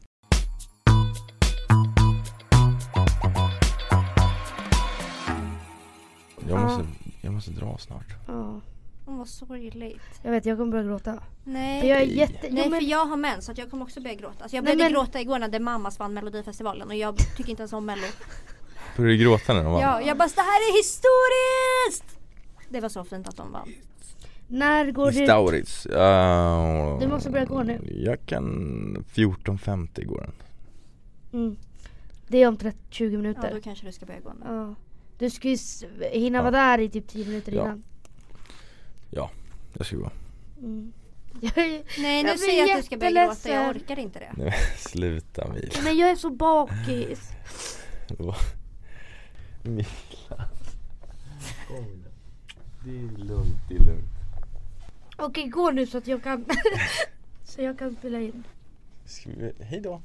Jag måste dra snart. Ja. Vad sorgligt. Jag vet, jag kommer börja gråta. Nej, för jag är för jag har mens så att jag kommer också börja gråta. Alltså jag började gråta igår när mammas vann Melodifestivalen och jag tycker inte ens om Mello. Började du gråta när de vann? Ja, jag bara, det här är historiskt! Det var så fint att de vann. När går det? Historiskt. Du måste börja gå nu. Jag kan 14:50 går den. Det är om 20 minuter. Ja, då kanske du ska börja gå nu. Ja. Du ska ju hinna vara där i typ 10 minuter innan. Ja, jag ska gå. Nej, nu säger jag att du ska börja gråta. Jag orkar inte det. Nej, sluta Mila. Men jag är så bakis. Mila. Det är lugnt. Okej, gå nu så att jag kan så jag kan spela in. Hej då.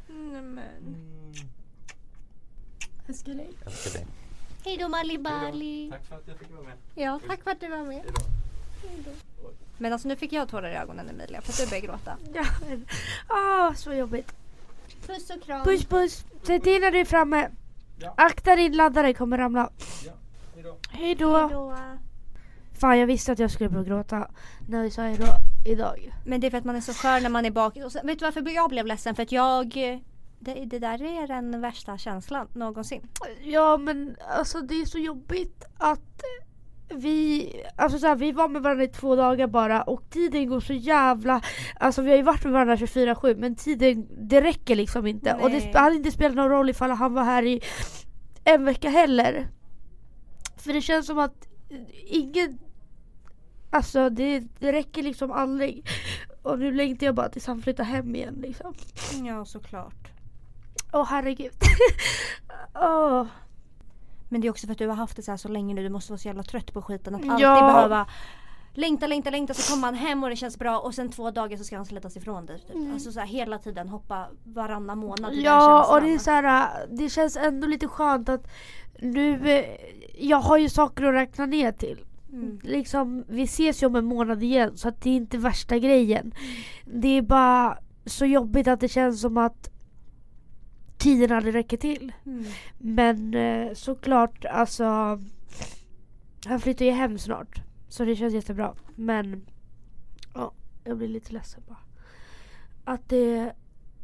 Jag ska dig. Hej då Malibali. Tack för att jag fick vara med. Ja, tack för att du var med. Hej då. Men alltså nu fick jag tårar i ögonen, Emilia, för att du börjar gråta. Ja, så jobbigt. Puss och kram. Puss. Säg till när du är framme. Ja. Akta din laddare, kommer ramla. Ja, Hej då. Fan, jag visste att jag skulle börja gråta när vi sa hej då idag. Men det är för att man är så skör när man är bak. Och så, vet du varför jag blev ledsen? För att det där är den värsta känslan någonsin. Ja, men alltså det är så jobbigt att vi var med varandra i 2 dagar bara och tiden går så jävla, alltså vi har ju varit med varandra 24/7 men tiden, det räcker liksom inte. Nej. Och det hade inte spelat någon roll ifall han var här i 1 vecka heller. För det känns som att ingen, alltså det räcker liksom aldrig. Och nu längtar jag bara tills han flyttar hem igen liksom. Ja, såklart. Herregud. Men det är också för att du har haft det så här så länge nu. Du måste vara så jävla trött på skiten. Att Ja. alltid behöva längta. Så kommer han hem och det känns bra. Och sen 2 dagar så ska han slätas ifrån dig. Typ. Alltså så här, hela tiden hoppa varannan månad. Ja, och det är så här, det känns ändå lite skönt att nu, jag har ju saker att räkna ner till. Liksom, vi ses ju om 1 månad igen. Så att det är inte värsta grejen. Det är bara så jobbigt att det känns som att tiden aldrig räcker till. Men såklart, alltså han flyttar ju hem snart. Så det känns jättebra. Men ja, jag blir lite ledsen bara. Att det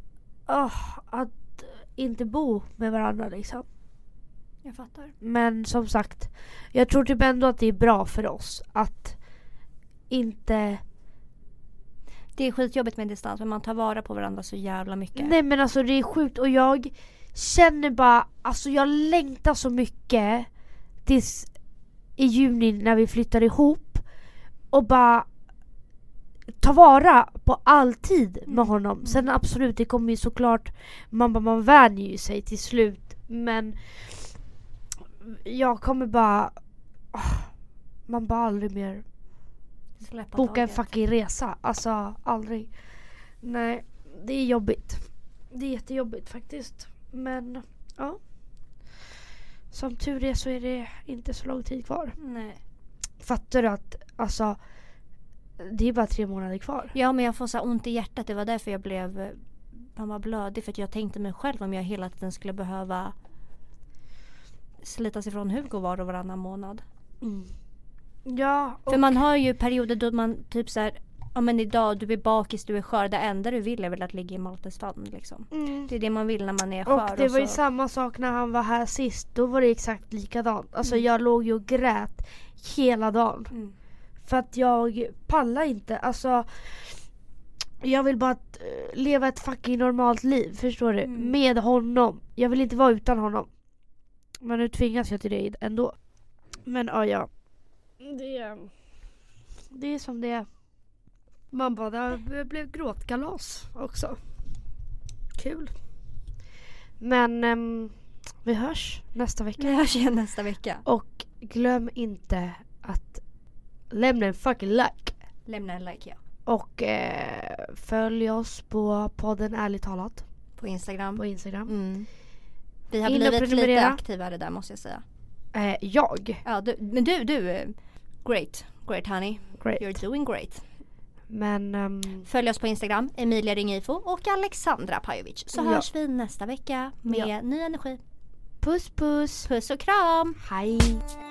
att inte bo med varandra liksom. Jag fattar. Men som sagt, jag tror typ ändå att det är bra för oss att inte. Det är skitjobbigt med distans, men man tar vara på varandra så jävla mycket. Nej, men alltså det är sjukt och jag känner bara, alltså jag längtar så mycket tills i juni när vi flyttar ihop och bara ta vara på all tid med honom. Sen absolut, det kommer ju såklart, man vänjer ju sig till slut, men jag kommer bara man bara aldrig mer boka en fucking resa. Alltså aldrig. Nej, det är jobbigt. Det är jättejobbigt faktiskt. Men ja, som tur är så är det inte så lång tid kvar. Nej. Fattar du att alltså det är bara 3 månader kvar. Ja, men jag får så ont i hjärtat. Det var därför jag blev blödig. För att jag tänkte mig själv om jag hela tiden skulle behöva slitas ifrån Hugo var och varannan månad. Ja, för man har ju perioder då man typ så här, ja men idag du är bakis, du är skör. Det enda du vill är väl att ligga i Maltes famn liksom. Det är det man vill när man är skör. Och det var ju samma sak när han var här sist. Då var det exakt likadant. Alltså jag låg ju och grät hela dagen. För att jag pallar inte. Alltså jag vill bara leva ett fucking normalt liv. Förstår du? Med honom. Jag vill inte vara utan honom. Men nu tvingas jag till det ändå. Men ja. Det är som det är. Man bara, det blev gråtkalas också. Kul. Men vi hörs nästa vecka. Vi hörs igen nästa vecka. Och glöm inte att lämna en fucking like. Lämna en like, ja. Och följ oss på podden Ärligt talat. På Instagram. Vi har In och blivit prenumerera. lite aktivare där, måste jag säga. Jag? Ja, men du great honey. Great. You're doing great. Men följ oss på Instagram, Emilia Ringifo och Alexandra Pajovic. Så hörs vi nästa vecka med ny energi. Puss. Puss och kram. Hej.